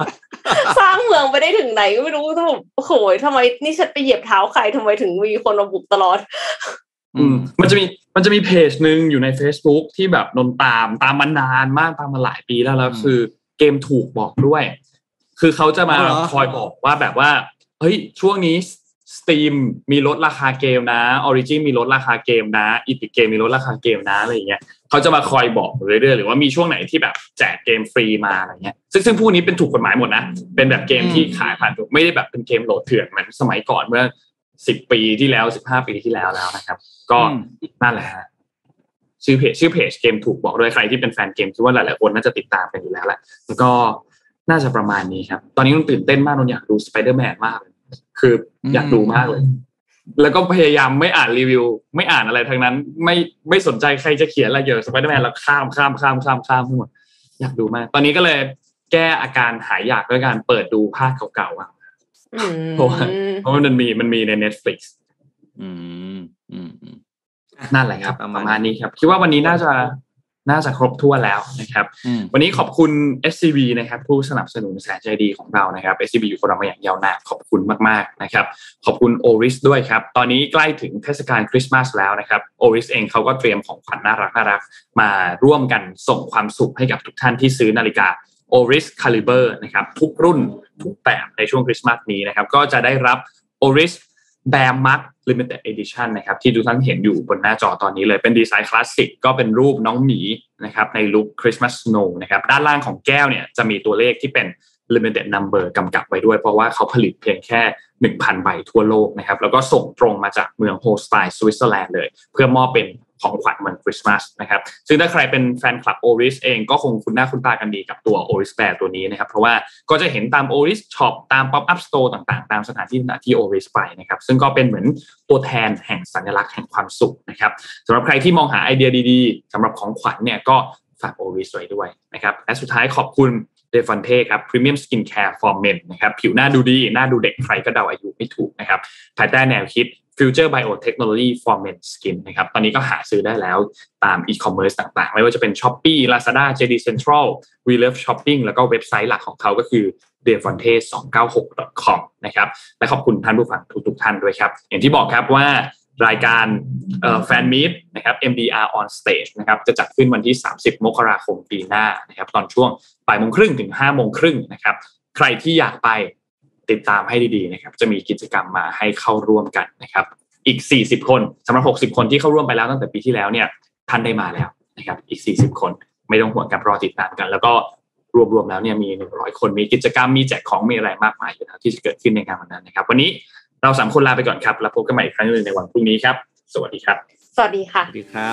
สร้างเมืองไปได้ถึงไหนก็ไม่รู้ทั้งหมดโอ้โหทำไมนี่ฉันไปเหยียบเท้าใครทำไมถึงมีคนมาบุกตลอดอืมมันจะมีมันจะมีเพจนึงอยู่ใน Facebook ที่แบบนนตามตามมานานมากตามมาหลายปีแล้วแล้วคือเกมถูกบอกด้วยคือเขาจะมาคอยบอกว่าแบบว่าเฮ้ยช่วงนี้ Steam มีลดราคาเกมนะ Origin มีลดราคาเกมนะ Epic Game มีลดราคาเกมนะอะไรอย่างเงี้ยเขาจะมาคอยบอกเรื่อยๆหรือว่ามีช่วงไหนที่แบบแจกเกมฟรีมาอะไรเงี้ยซึ่งซึ่งพวกนี้เป็นถูกกฎหมายหมดนะเป็นแบบเกมที่ขายผ่านไม่ได้แบบเป็นเกมโหลดเถื่อนเหมือนสมัยก่อนเมื่อสิบปีที่แล้วสิบห้าปีที่แล้วแล้วนะครับก็นั่นแหละฮะชื่อเพจชื่อเพจเกมถูกบอกด้วยใครที่เป็นแฟนเกมคิดว่าหลายๆคนน่าจะติดตามกันอยู่แล้วแหละแล้วก็น่าจะประมาณนี้ครับตอนนี้นนตื่นเต้นมากนนอยากดู Spider-Man มากเลยคืออยากดูมากเลยแล้วก็พยายามไม่อ่านรีวิวไม่อ่านอะไรทั้งนั้นไม่ไม่สนใจใครจะเขียนอะไรเกี่ยวกับ Spider-Man แล้วข้ามข้ามข้ามข้ามข้ามทั้งหมดอยากดูมากตอนนี้ก็เลยแก้อาการหายอยากด้วยการเปิดดูภาคเก่าๆอ่ะเพราะว่าเพราะมันมีมันมีใน Netflix อืมอืมนั่นแหละครับประมาณนี้ครับคิดว่าวันนี้น่าจะน่าจะครบถ้วนแล้วนะครับวันนี้ขอบคุณ เอส ซี บี นะครับผู้สนับสนุนแสนใจดีของเรานะครับ เอส ซี บี อยู่กับเรามาอย่างยาวนานขอบคุณมากๆนะครับขอบคุณ Oris ด้วยครับตอนนี้ใกล้ถึงเทศกาลคริสต์มาสแล้วนะครับ Oris เองเขาก็เตรียมของขวัญน่ารักน่ารักมาร่วมกันส่งความสุขให้กับทุกท่านที่ซื้อนาฬิกา Oris Caliber นะครับทุกรุ่นทุกแบบในช่วงคริสต์มาสนี้นะครับก็จะได้รับ Oris Bear Mug Limited Edition นะครับที่ทุกท่านเห็นอยู่บนหน้าจอตอนนี้เลยเป็นดีไซน์คลาสสิกก็เป็นรูปน้องหมีนะครับในลุค Christmas Snow นะครับด้านล่างของแก้วเนี่ยจะมีตัวเลขที่เป็น Limited Number กำกับไว้ด้วยเพราะว่าเขาผลิตเพียงแค่ หนึ่งพัน ใบทั่วโลกนะครับแล้วก็ส่งตรงมาจากเมืองโฮสไตน์สวิตเซอร์แลนด์เลยเพื่อมอบเป็นของขวัญวันคริสต์มาสนะครับซึ่งถ้าใครเป็นแฟนคลับ Oris เองก็คงคุ้นหน้าคุ้นตากันดีกับตัว Oris Bear ตัวนี้นะครับเพราะว่าก็จะเห็นตาม Oris Shop ตาม Pop Up Store ต่างๆตามสถานที่ที่ Oris ไปนะครับซึ่งก็เป็นเหมือนตัวแทนแห่งสัญลักษณ์แห่งความสุขนะครับสำหรับใครที่มองหาไอเดียดีๆสำหรับของขวัญเนี่ยก็ฝาก Oris ไว้ด้วยนะครับและสุดท้ายขอบคุณเดฟอนเท่ครับ Premium Skin Care for Men นะครับผิวหน้าดูดีหน้าดูเด็กใครก็เดาอายุไม่ถูกนะครับภายใต้แนวคิดFuture Biotechnology for Men Skin นะครับตอนนี้ก็หาซื้อได้แล้วตามอีคอมเมิร์ซต่างๆไม่ว่าจะเป็น Shopee Lazada เจ ดี Central We Love Shopping แล้วก็เว็บไซต์หลักของเขาก็คือ เดฟอนเท่สองเก้าหก ดอท คอม นะครับและขอบคุณท่านผู้ฟังทุกๆท่านด้วยครับอย่างที่บอกครับว่ารายการเอ่อแฟนมีตนะครับ เอ็ม ดี อาร์ on stage นะครับจะจัดขึ้นวันที่สามสิบมกราคมปีหน้านะครับตอนช่วงบ่ายโมงครึ่งถึงห้าโมงครึ่งนะครับใครที่อยากไปติดตามให้ดีๆนะครับจะมีกิจกรรมมาให้เข้าร่วมกันนะครับอีกสี่สิบคนสำหรับหกสิบคนที่เข้าร่วมไปแล้วตั้งแต่ปีที่แล้วเนี่ยท่านได้มาแล้วนะครับอีกสี่สิบคนไม่ต้องห่วงกันรอติดตามกันแล้วก็รวมๆแล้วเนี่ยมีหนึ่งร้อยคนมีกิจกรรมมีแจกของมีอะไรมากมายอยู่แล้วที่จะเกิดขึ้นในงานวันนั้นนะครับวันนี้เราสามคนลาไปก่อนครับแล้วพบกันใหม่อีกครั้งนึงในวันพรุ่งนี้ครับสวัสดีครับสวัสดีค่ะสวัสดีครับ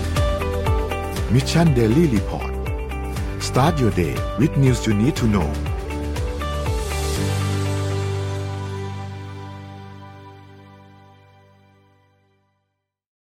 Mission Daily Report Start your day with news you need to know